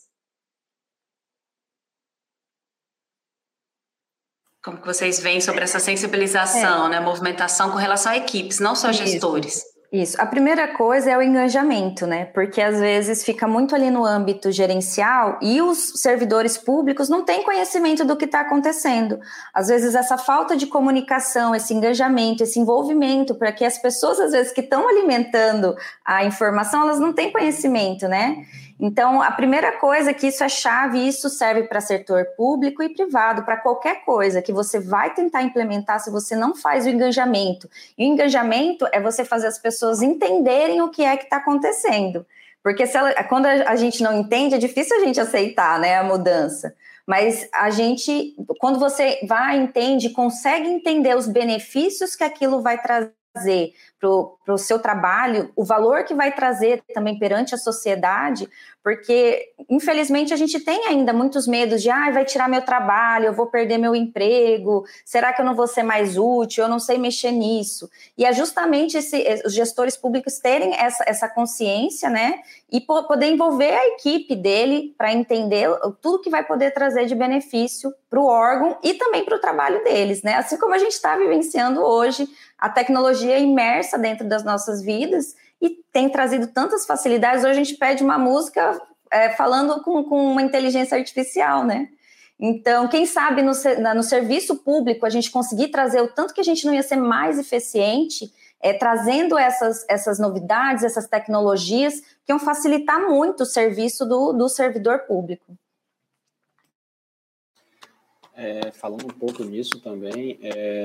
Speaker 2: Como que vocês veem sobre essa sensibilização, né, movimentação com relação a equipes, não só gestores?
Speaker 4: Isso. A primeira coisa é o engajamento, né? Porque às vezes fica muito ali no âmbito gerencial e os servidores públicos não têm conhecimento do que está acontecendo. Às vezes essa falta de comunicação, esse engajamento, esse envolvimento, para que as pessoas às vezes que estão alimentando a informação, elas não têm conhecimento, né? Então, a primeira coisa é que isso é chave, e isso serve para setor público e privado, para qualquer coisa que você vai tentar implementar se você não faz o engajamento. E o engajamento é você fazer as pessoas entenderem o que é que está acontecendo. Porque quando a gente não entende, é difícil a gente aceitar, né, a mudança. Mas a gente, quando você vai, entende, consegue entender os benefícios que aquilo vai trazer para o seu trabalho, o valor que vai trazer também perante a sociedade, porque infelizmente a gente tem ainda muitos medos de vai tirar meu trabalho, eu vou perder meu emprego, será que eu não vou ser mais útil, eu não sei mexer nisso. E é justamente os gestores públicos terem essa consciência, né, e poder envolver a equipe dele para entender tudo que vai poder trazer de benefício para o órgão e também para o trabalho deles, né, assim como a gente está vivenciando hoje a tecnologia imersa dentro das nossas vidas e tem trazido tantas facilidades. Hoje a gente pede uma música falando com uma inteligência artificial, né? Então, quem sabe no serviço público a gente conseguir trazer o tanto que a gente não ia ser mais eficiente, trazendo essas novidades, essas tecnologias que iam facilitar muito o serviço do servidor público.
Speaker 3: Falando um pouco nisso também,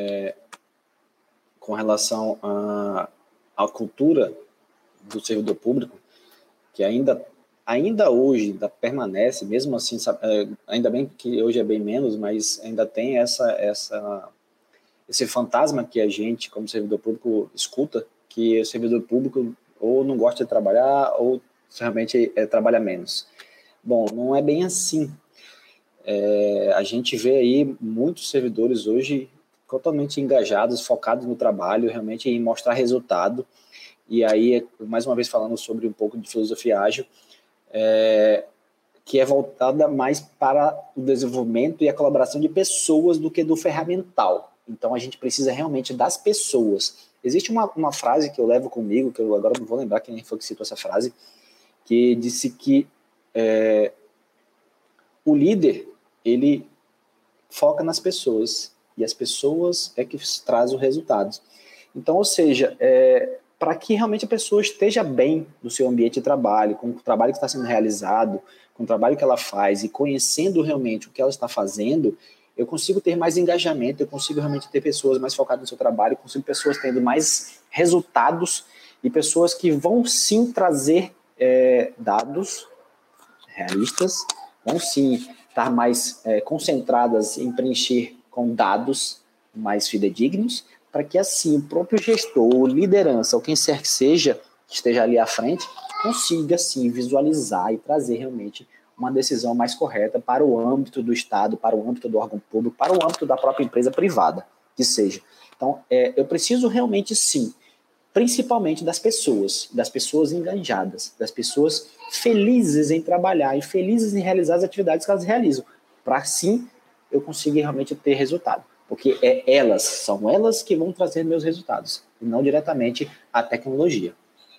Speaker 3: com relação à cultura do servidor público, que ainda hoje permanece, mesmo assim, ainda bem que hoje é bem menos, mas ainda tem esse fantasma que a gente, como servidor público, escuta, que o servidor público ou não gosta de trabalhar ou realmente trabalha menos. Bom, não é bem assim. A gente vê aí muitos servidores hoje totalmente engajados, focados no trabalho, realmente em mostrar resultado. E aí, mais uma vez falando sobre um pouco de filosofia ágil, que é voltada mais para o desenvolvimento e a colaboração de pessoas do que do ferramental. Então, a gente precisa realmente das pessoas. Existe uma frase que eu levo comigo, que eu agora não vou lembrar quem foi que citou essa frase, que disse que o líder, ele foca nas pessoas, e as pessoas é que trazem os resultados. Então, ou seja, para que realmente a pessoa esteja bem no seu ambiente de trabalho, com o trabalho que está sendo realizado, com o trabalho que ela faz, e conhecendo realmente o que ela está fazendo, eu consigo ter mais engajamento, eu consigo realmente ter pessoas mais focadas no seu trabalho, consigo pessoas tendo mais resultados, e pessoas que vão sim trazer dados realistas, vão sim estar mais concentradas em preencher com dados mais fidedignos, para que assim o próprio gestor, ou liderança, ou quem quer que seja, que esteja ali à frente, consiga sim visualizar e trazer realmente uma decisão mais correta para o âmbito do Estado, para o âmbito do órgão público, para o âmbito da própria empresa privada, que seja. Então, eu preciso realmente sim, principalmente das pessoas engajadas, das pessoas felizes em trabalhar e felizes em realizar as atividades que elas realizam, para assim eu conseguir realmente ter resultado. Porque são elas que vão trazer meus resultados, e não diretamente a tecnologia.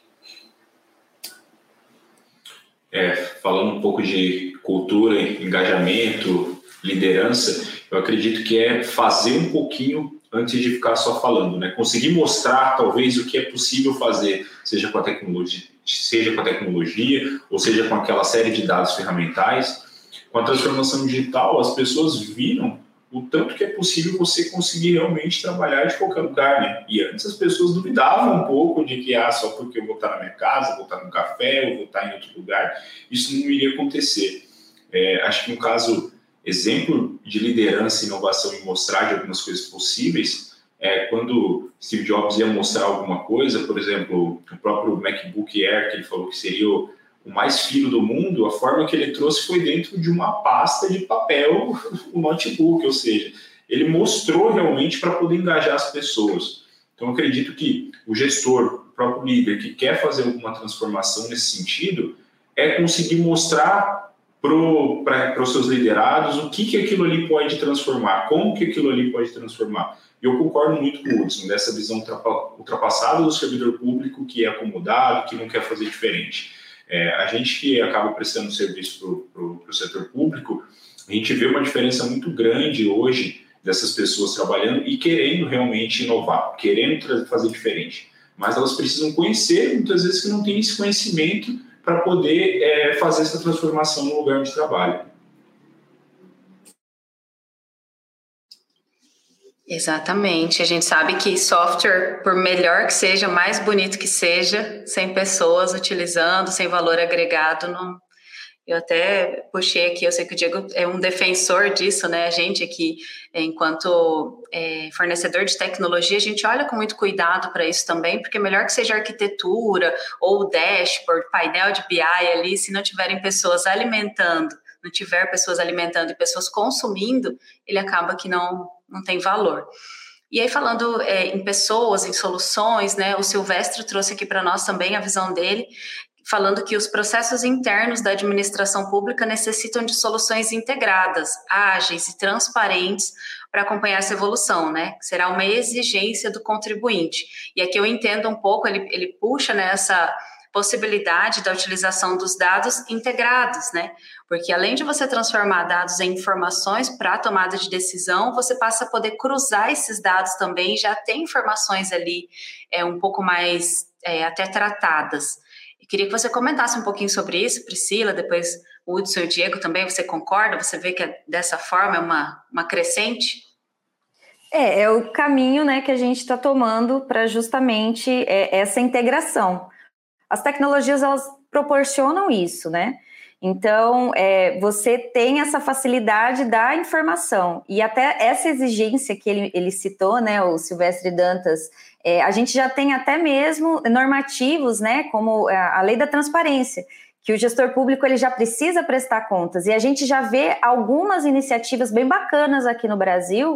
Speaker 5: Falando um pouco de cultura, engajamento, liderança, eu acredito que é fazer um pouquinho antes de ficar só falando, né? Conseguir mostrar, talvez, o que é possível fazer, seja com a tecnologia, ou seja com aquela série de dados ferramentais. Com a transformação digital, as pessoas viram o tanto que é possível você conseguir realmente trabalhar de qualquer lugar, né? E antes as pessoas duvidavam um pouco de que só porque eu vou estar na minha casa, vou estar no café, ou vou estar em outro lugar, isso não iria acontecer. Acho que um caso, exemplo de liderança, inovação e mostrar de algumas coisas possíveis, quando Steve Jobs ia mostrar alguma coisa, por exemplo, o próprio MacBook Air, que ele falou que seria o mais fino do mundo, a forma que ele trouxe foi dentro de uma pasta de papel, o notebook, ou seja, ele mostrou realmente para poder engajar as pessoas. Então, eu acredito que o gestor, o próprio líder que quer fazer alguma transformação nesse sentido, conseguir mostrar para os seus liderados o que aquilo ali pode transformar, como que aquilo ali pode transformar. E eu concordo muito com o Hudson, dessa visão ultrapassada do servidor público que é acomodado, que não quer fazer diferente. A gente que acaba prestando serviço para o setor público, a gente vê uma diferença muito grande hoje dessas pessoas trabalhando e querendo realmente inovar, querendo fazer diferente. Mas elas precisam conhecer, muitas vezes, que não tem esse conhecimento para poder fazer essa transformação no lugar de trabalho.
Speaker 2: Exatamente. A gente sabe que software, por melhor que seja, mais bonito que seja, sem pessoas utilizando, sem valor agregado, não. Eu até puxei aqui, eu sei que o Diego é um defensor disso, né? A gente aqui, enquanto fornecedor de tecnologia, a gente olha com muito cuidado para isso também, porque melhor que seja arquitetura ou dashboard, painel de BI ali, se não tiverem pessoas alimentando, não tiver pessoas alimentando e pessoas consumindo, ele acaba que não tem valor. E aí, falando em pessoas, em soluções, né? O Silvestre trouxe aqui para nós também a visão dele, falando que os processos internos da administração pública necessitam de soluções integradas, ágeis e transparentes para acompanhar essa evolução, né? Será uma exigência do contribuinte. E aqui eu entendo um pouco, ele puxa nessa possibilidade da utilização dos dados integrados, né? Porque além de você transformar dados em informações para a tomada de decisão, você passa a poder cruzar esses dados também, já tem informações ali um pouco mais até tratadas. Eu queria que você comentasse um pouquinho sobre isso, Priscila, depois o Hudson e o Diego também, você concorda? Você vê que dessa forma é uma crescente?
Speaker 4: É o caminho, né, que a gente está tomando para justamente essa integração. As tecnologias, elas proporcionam isso, né? Então, você tem essa facilidade da informação. E até essa exigência que ele citou, né, o Silvestre Dantas, a gente já tem até mesmo normativos, né, como a lei da transparência, que o gestor público ele já precisa prestar contas. E a gente já vê algumas iniciativas bem bacanas aqui no Brasil,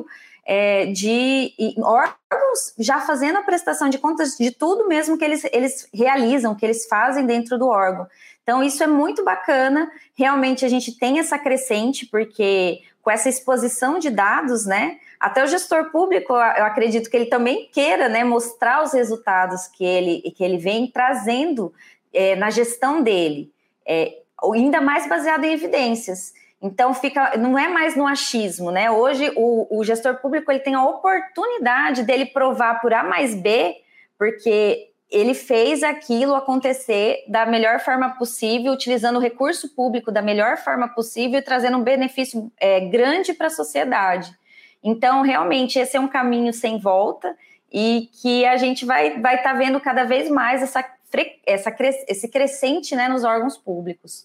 Speaker 4: de órgãos já fazendo a prestação de contas de tudo mesmo que eles realizam, que eles fazem dentro do órgão. Então, isso é muito bacana. Realmente, a gente tem essa crescente, porque com essa exposição de dados, né, até o gestor público, eu acredito que ele também queira, né, mostrar os resultados que ele vem trazendo na gestão dele, ainda mais baseado em evidências. Então, não é mais no achismo, né? Hoje, o gestor público ele tem a oportunidade dele provar por A mais B, porque ele fez aquilo acontecer da melhor forma possível, utilizando o recurso público da melhor forma possível e trazendo um benefício grande para a sociedade. Então, realmente, esse é um caminho sem volta e que a gente vai estar vendo cada vez mais esse crescente, né, nos órgãos públicos.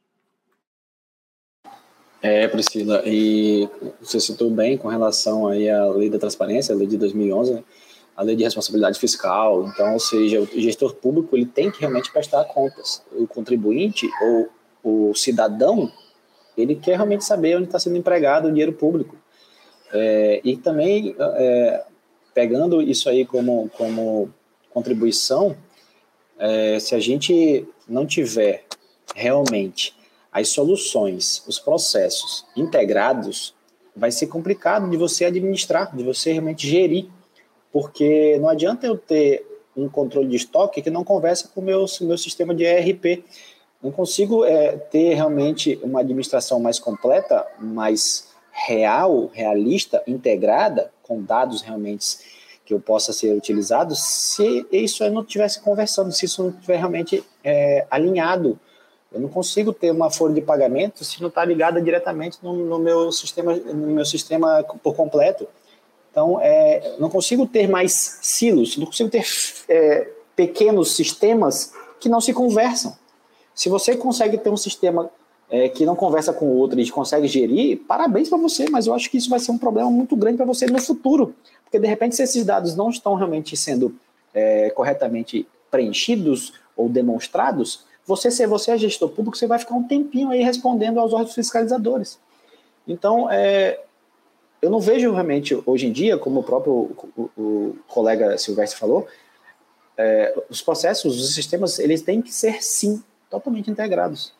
Speaker 3: Priscila, e você citou bem com relação aí à lei da transparência, a lei de 2011, né? A lei de responsabilidade fiscal. Então, ou seja, o gestor público ele tem que realmente prestar contas. O contribuinte ou o cidadão, ele quer realmente saber onde está sendo empregado o dinheiro público. E também, pegando isso aí como contribuição, se a gente não tiver realmente as soluções, os processos integrados, vai ser complicado de você administrar, de você realmente gerir, porque não adianta eu ter um controle de estoque que não conversa com o meu sistema de ERP. Não consigo ter realmente uma administração mais completa, mais realista, integrada, com dados realmente que eu possa ser utilizado, se isso não estivesse conversando, se isso não estiver realmente alinhado. Eu não consigo ter uma folha de pagamento se não está ligada diretamente no meu sistema por completo. Então, não consigo ter mais silos, não consigo ter pequenos sistemas que não se conversam. Se você consegue ter um sistema que não conversa com o outro e consegue gerir, parabéns para você, mas eu acho que isso vai ser um problema muito grande para você no futuro, porque de repente se esses dados não estão realmente sendo corretamente preenchidos ou demonstrados, você é gestor público, você vai ficar um tempinho aí respondendo aos órgãos fiscalizadores. Então, eu não vejo realmente hoje em dia, como o próprio o colega Silvestre falou, os processos, os sistemas, eles têm que ser, sim, totalmente integrados.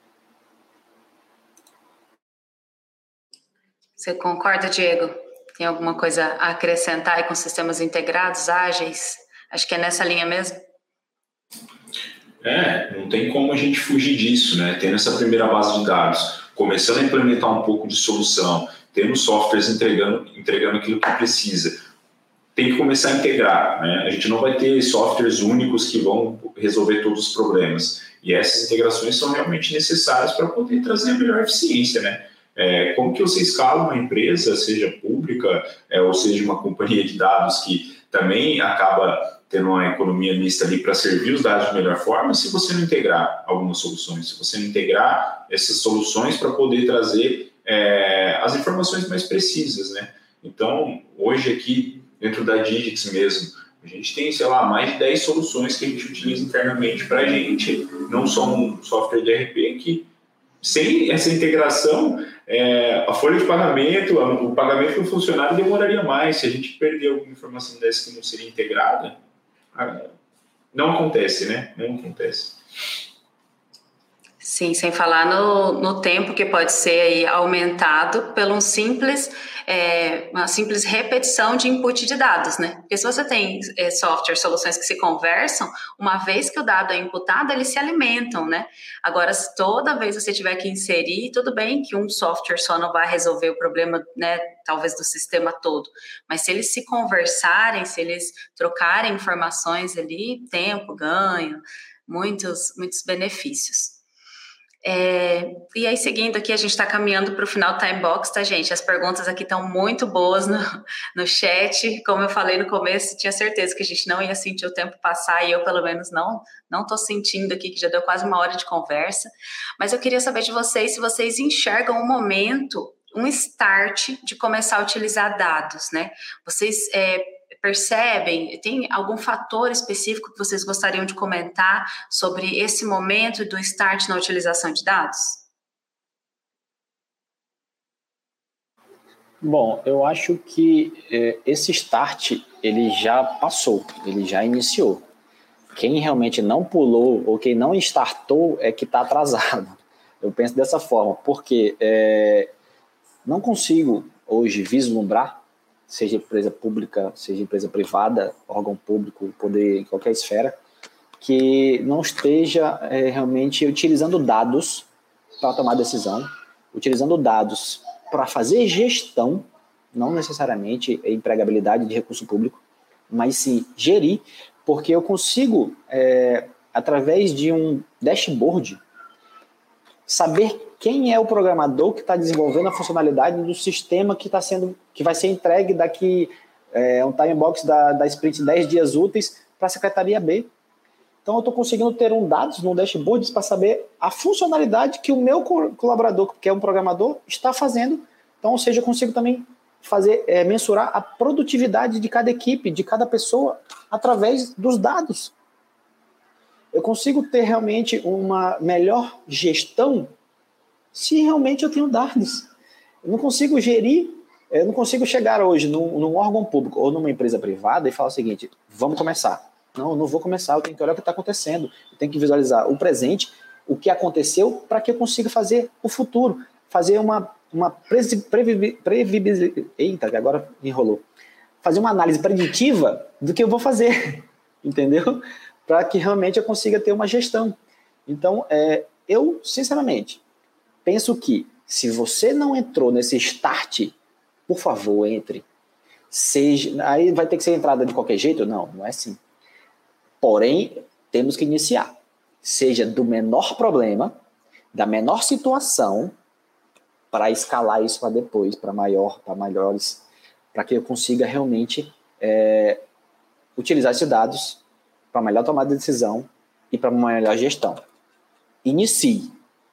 Speaker 2: Você concorda, Diego? Tem alguma coisa a acrescentar aí com sistemas integrados, ágeis? Acho que é nessa linha mesmo.
Speaker 5: Não tem como a gente fugir disso, né? Tendo essa primeira base de dados, começando a implementar um pouco de solução, tendo softwares entregando aquilo que precisa, tem que começar a integrar, né? A gente não vai ter softwares únicos que vão resolver todos os problemas. E essas integrações são realmente necessárias para poder trazer a melhor eficiência, né? Como que você escala uma empresa, seja pública ou seja uma companhia de dados que também acaba tendo uma economia mista ali para servir os dados de melhor forma, se você não integrar algumas soluções, se você não integrar essas soluções para poder trazer as informações mais precisas, né? Então, hoje aqui, dentro da Digix mesmo, a gente tem, sei lá, mais de 10 soluções que a gente utiliza internamente para a gente, não só um software de ERP que, sem essa integração, a folha de pagamento, o pagamento do funcionário demoraria mais. Se a gente perder alguma informação dessa que não seria integrada, não acontece, né? Não acontece.
Speaker 2: Sim, sem falar no tempo que pode ser aí aumentado por uma simples repetição de input de dados, né? Porque se você tem software, soluções que se conversam, uma vez que o dado é imputado, eles se alimentam, né? Agora, se toda vez você tiver que inserir, tudo bem que um software só não vai resolver o problema, né? Talvez do sistema todo, mas se eles se conversarem, se eles trocarem informações ali, tempo, ganho, muitos benefícios. E aí, seguindo aqui, a gente está caminhando para o final do Time Box, tá, gente? As perguntas aqui estão muito boas no chat. Como eu falei no começo, tinha certeza que a gente não ia sentir o tempo passar, e eu, pelo menos, não estou sentindo aqui, que já deu quase 1 hora de conversa. Mas eu queria saber de vocês se vocês enxergam um momento, um start de começar a utilizar dados, né? Vocês percebem, tem algum fator específico que vocês gostariam de comentar sobre esse momento do start na utilização de dados?
Speaker 3: Bom, eu acho que esse start, ele já passou, ele já iniciou. Quem realmente não pulou ou quem não startou é que está atrasado. Eu penso dessa forma, porque não consigo hoje vislumbrar, seja empresa pública, seja empresa privada, órgão público, poder em qualquer esfera, que não esteja realmente utilizando dados para tomar decisão, utilizando dados para fazer gestão, não necessariamente empregabilidade de recurso público, mas sim gerir, porque eu consigo, através de um dashboard, saber quem é o programador que está desenvolvendo a funcionalidade do sistema que vai ser entregue daqui um time box da sprint 10 dias úteis para a secretaria B. Então, eu estou conseguindo ter dados no dashboard para saber a funcionalidade que o meu colaborador, que é um programador, está fazendo. Então, ou seja, eu consigo também mensurar a produtividade de cada equipe, de cada pessoa, através dos dados. Eu consigo ter realmente uma melhor gestão se realmente eu tenho dados. Eu não consigo gerir, eu não consigo chegar hoje num órgão público ou numa empresa privada e falar o seguinte, vamos começar. Não, eu não vou começar, eu tenho que olhar o que está acontecendo, eu tenho que visualizar o presente, o que aconteceu, para que eu consiga fazer o futuro, fazer uma Eita, agora enrolou. Fazer uma análise preditiva do que eu vou fazer, entendeu? Para que realmente eu consiga ter uma gestão. Então, eu, sinceramente, penso que se você não entrou nesse start, por favor, entre. Aí vai ter que ser entrada de qualquer jeito? Não é assim. Porém, temos que iniciar. Seja do menor problema, da menor situação, para escalar isso para depois, para maiores, para que eu consiga realmente utilizar esses dados para melhor tomada de decisão e para uma melhor gestão. Inicie,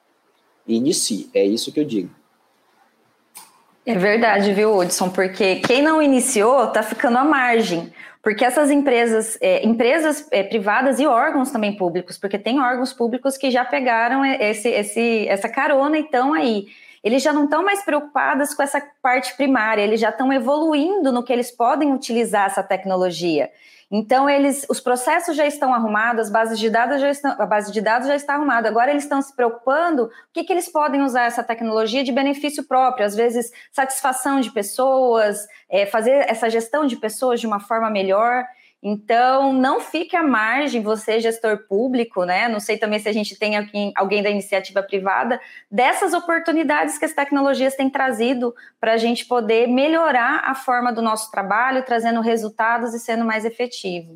Speaker 3: é isso que eu digo.
Speaker 4: É verdade, viu, Hudson? Porque quem não iniciou está ficando à margem. Porque essas empresas privadas e órgãos também públicos, porque tem órgãos públicos que já pegaram essa carona e estão aí. Eles já não estão mais preocupados com essa parte primária, eles já estão evoluindo no que eles podem utilizar essa tecnologia. Então, os processos já estão arrumados, a base de dados já está arrumada. Agora, eles estão se preocupando o que eles podem usar essa tecnologia de benefício próprio. Às vezes, satisfação de pessoas, fazer essa gestão de pessoas de uma forma melhor. Então, não fique à margem, você, gestor público, né? Não sei também se a gente tem aqui alguém da iniciativa privada, dessas oportunidades que as tecnologias têm trazido para a gente poder melhorar a forma do nosso trabalho, trazendo resultados e sendo mais efetivo.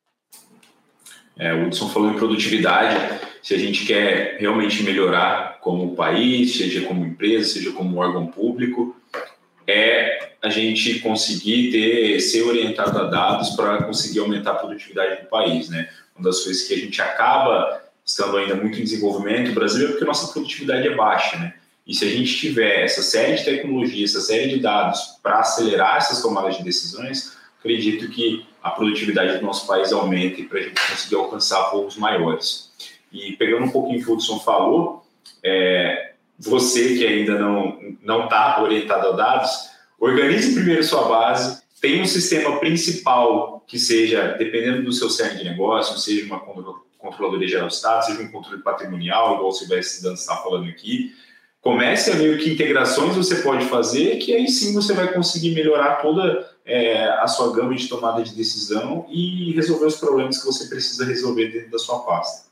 Speaker 5: O Hudson falou em produtividade. Se a gente quer realmente melhorar como país, seja como empresa, seja como órgão público, a gente conseguir ser orientado a dados para conseguir aumentar a produtividade do país, né? Uma das coisas que a gente acaba estando ainda muito em desenvolvimento no Brasil é porque a nossa produtividade é baixa, né? E se a gente tiver essa série de tecnologias, essa série de dados para acelerar essas tomadas de decisões, acredito que a produtividade do nosso país aumente para a gente conseguir alcançar voos maiores. E pegando um pouquinho o que o Hudson falou, você que ainda não está orientado a dados, organize primeiro sua base, tenha um sistema principal que seja, dependendo do seu cerne de negócio, seja uma Controladoria Geral do Estado, seja um controle patrimonial, igual o Silvestre Dantas está falando aqui. Comece a ver que integrações você pode fazer, que aí sim você vai conseguir melhorar toda a sua gama de tomada de decisão e resolver os problemas que você precisa resolver dentro da sua pasta.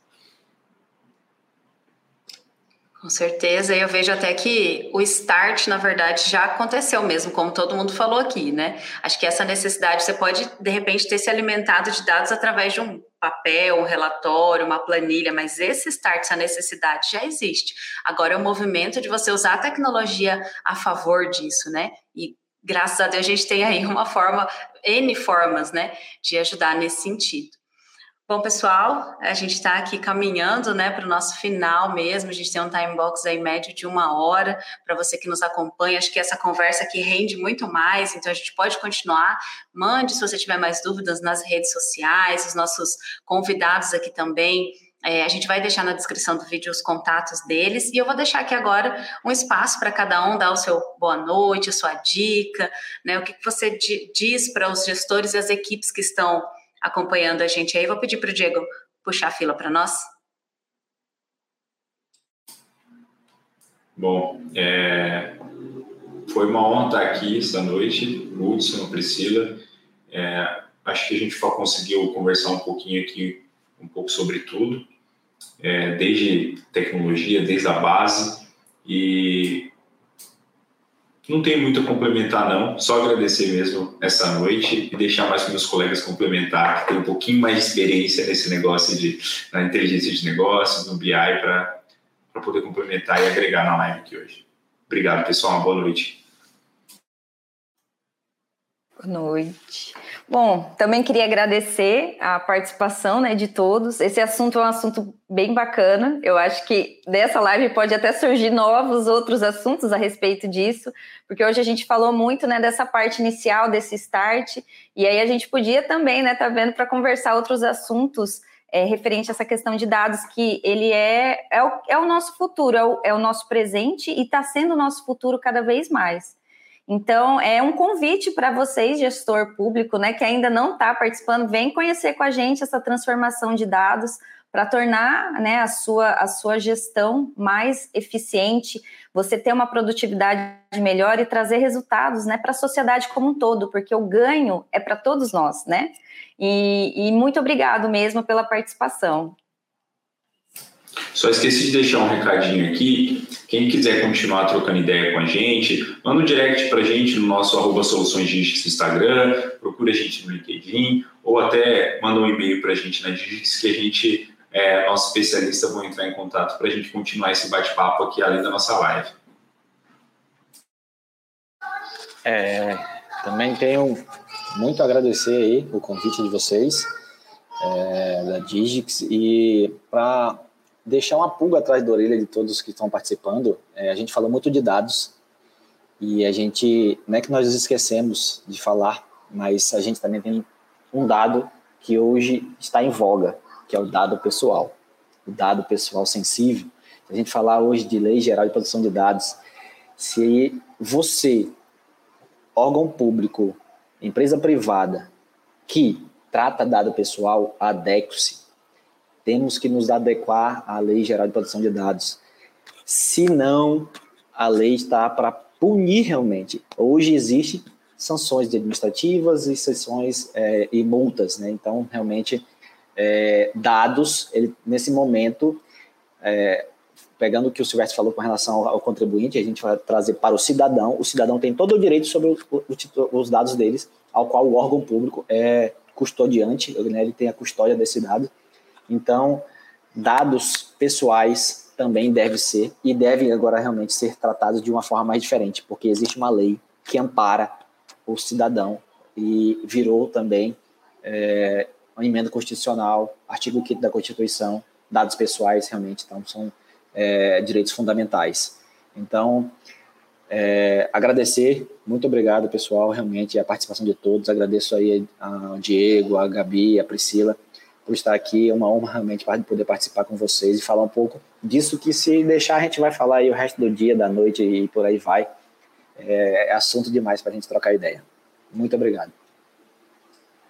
Speaker 2: Com certeza, eu vejo até que o start, na verdade, já aconteceu mesmo, como todo mundo falou aqui, né? Acho que essa necessidade, você pode, de repente, ter se alimentado de dados através de um papel, um relatório, uma planilha, mas esse start, essa necessidade já existe. Agora é o movimento de você usar a tecnologia a favor disso, né? E graças a Deus a gente tem aí uma forma, N formas, né, de ajudar nesse sentido. Bom, pessoal, a gente está aqui caminhando, né, para o nosso final mesmo. A gente tem um time box aí médio de 1 hora. Para você que nos acompanha, acho que essa conversa aqui rende muito mais, então a gente pode continuar. Mande se você tiver mais dúvidas nas redes sociais, os nossos convidados aqui também. A gente vai deixar na descrição do vídeo os contatos deles, e eu vou deixar aqui agora um espaço para cada um dar o seu boa noite, a sua dica, né, o que você diz para os gestores e as equipes que estão acompanhando a gente aí. Vou pedir para o Diego puxar a fila para nós.
Speaker 5: Bom, foi uma honra estar aqui esta noite, Hudson, Priscila. Acho que a gente conseguiu conversar um pouquinho aqui, um pouco sobre tudo, desde tecnologia, desde a base, e não tem muito a complementar, não. Só agradecer mesmo essa noite e deixar mais para meus colegas complementar, que tem um pouquinho mais de experiência nesse negócio na inteligência de negócios, no BI, para poder complementar e agregar na live aqui hoje. Obrigado, pessoal. Uma boa noite.
Speaker 4: Boa noite. Bom, também queria agradecer a participação, né, de todos. Esse assunto é um assunto bem bacana. Eu acho que dessa live pode até surgir novos outros assuntos a respeito disso, porque hoje a gente falou muito, né, dessa parte inicial, desse start, e aí a gente podia também, né, tá vendo, para conversar outros assuntos referente a essa questão de dados, que ele é o nosso futuro, é o nosso presente e está sendo o nosso futuro cada vez mais. Então, é um convite para vocês, gestor público, né, que ainda não está participando, vem conhecer com a gente essa transformação de dados para tornar, né, a sua gestão mais eficiente, você ter uma produtividade melhor e trazer resultados, né, para a sociedade como um todo, porque o ganho é para todos nós, né? E muito obrigado mesmo pela participação.
Speaker 5: Só esqueci de deixar um recadinho aqui. Quem quiser continuar trocando ideia com a gente, manda um direct para a gente no nosso @soluçõesdigix no Instagram, procura a gente no LinkedIn, ou até manda um e-mail para a gente na Digix, que a gente, nosso especialista, vão entrar em contato para a gente continuar esse bate-papo aqui além da nossa live.
Speaker 3: Também tenho muito a agradecer aí o convite de vocês, da Digix, e para deixar uma pulga atrás da orelha de todos que estão participando. A gente falou muito de dados e a gente, não é que nós esquecemos de falar, mas a gente também tem um dado que hoje está em voga, que é o dado pessoal sensível. Se a gente falar hoje de Lei Geral de Proteção de Dados, se você, órgão público, empresa privada, que trata dado pessoal, adeque-se. Temos que nos adequar à Lei Geral de Proteção de Dados. Senão, a lei está para punir realmente. Hoje existem sanções administrativas e sanções e multas, né? Então, realmente, dados, nesse momento, pegando o que o Silvestre falou com relação ao contribuinte, a gente vai trazer para o cidadão tem todo o direito sobre os dados deles, ao qual o órgão público é custodiante, né? Ele tem a custódia desse dado. Então, dados pessoais também devem agora realmente ser tratados de uma forma mais diferente, porque existe uma lei que ampara o cidadão e virou também uma emenda constitucional, artigo 5º da Constituição, dados pessoais realmente então, são direitos fundamentais. Então, agradecer, muito obrigado pessoal, realmente a participação de todos, agradeço aí ao Diego, a Gabi, a Priscila, por estar aqui, é uma honra realmente poder participar com vocês e falar um pouco disso que, se deixar, a gente vai falar aí o resto do dia, da noite e por aí vai. É assunto demais para a gente trocar ideia. Muito obrigado.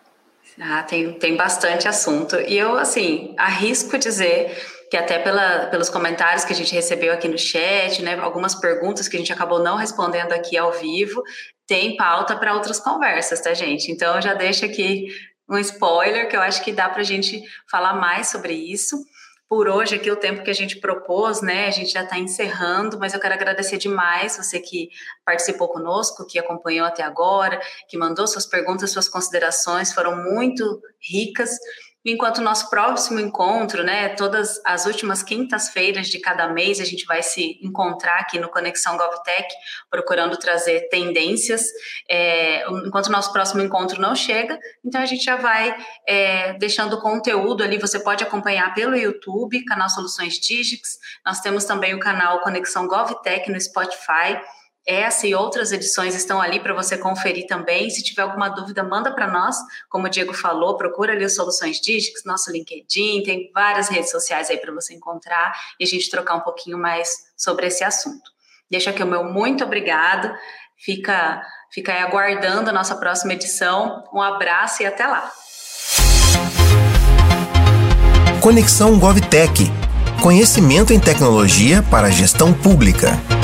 Speaker 2: Tem bastante assunto. E eu, assim, arrisco dizer que até pelos comentários que a gente recebeu aqui no chat, né, algumas perguntas que a gente acabou não respondendo aqui ao vivo, tem pauta para outras conversas, tá, gente? Então, eu já deixo aqui um spoiler, que eu acho que dá para a gente falar mais sobre isso. Por hoje, aqui o tempo que a gente propôs, né, a gente já está encerrando, mas eu quero agradecer demais você que participou conosco, que acompanhou até agora, que mandou suas perguntas, suas considerações, foram muito ricas. Enquanto o nosso próximo encontro, né, todas as últimas quintas-feiras de cada mês, a gente vai se encontrar aqui no Conexão GovTech, procurando trazer tendências. Enquanto o nosso próximo encontro não chega, então a gente já vai deixando conteúdo ali, você pode acompanhar pelo YouTube, canal Soluções Digix. Nós temos também o canal Conexão GovTech no Spotify. Essa e outras edições estão ali para você conferir também. Se tiver alguma dúvida, manda para nós. Como o Diego falou, procura ali o Soluções Digix, nosso LinkedIn, tem várias redes sociais aí para você encontrar e a gente trocar um pouquinho mais sobre esse assunto. Deixa aqui o meu muito obrigado. Fica aí aguardando a nossa próxima edição. Um abraço e até lá.
Speaker 1: Conexão GovTech. Conhecimento em tecnologia para a gestão pública.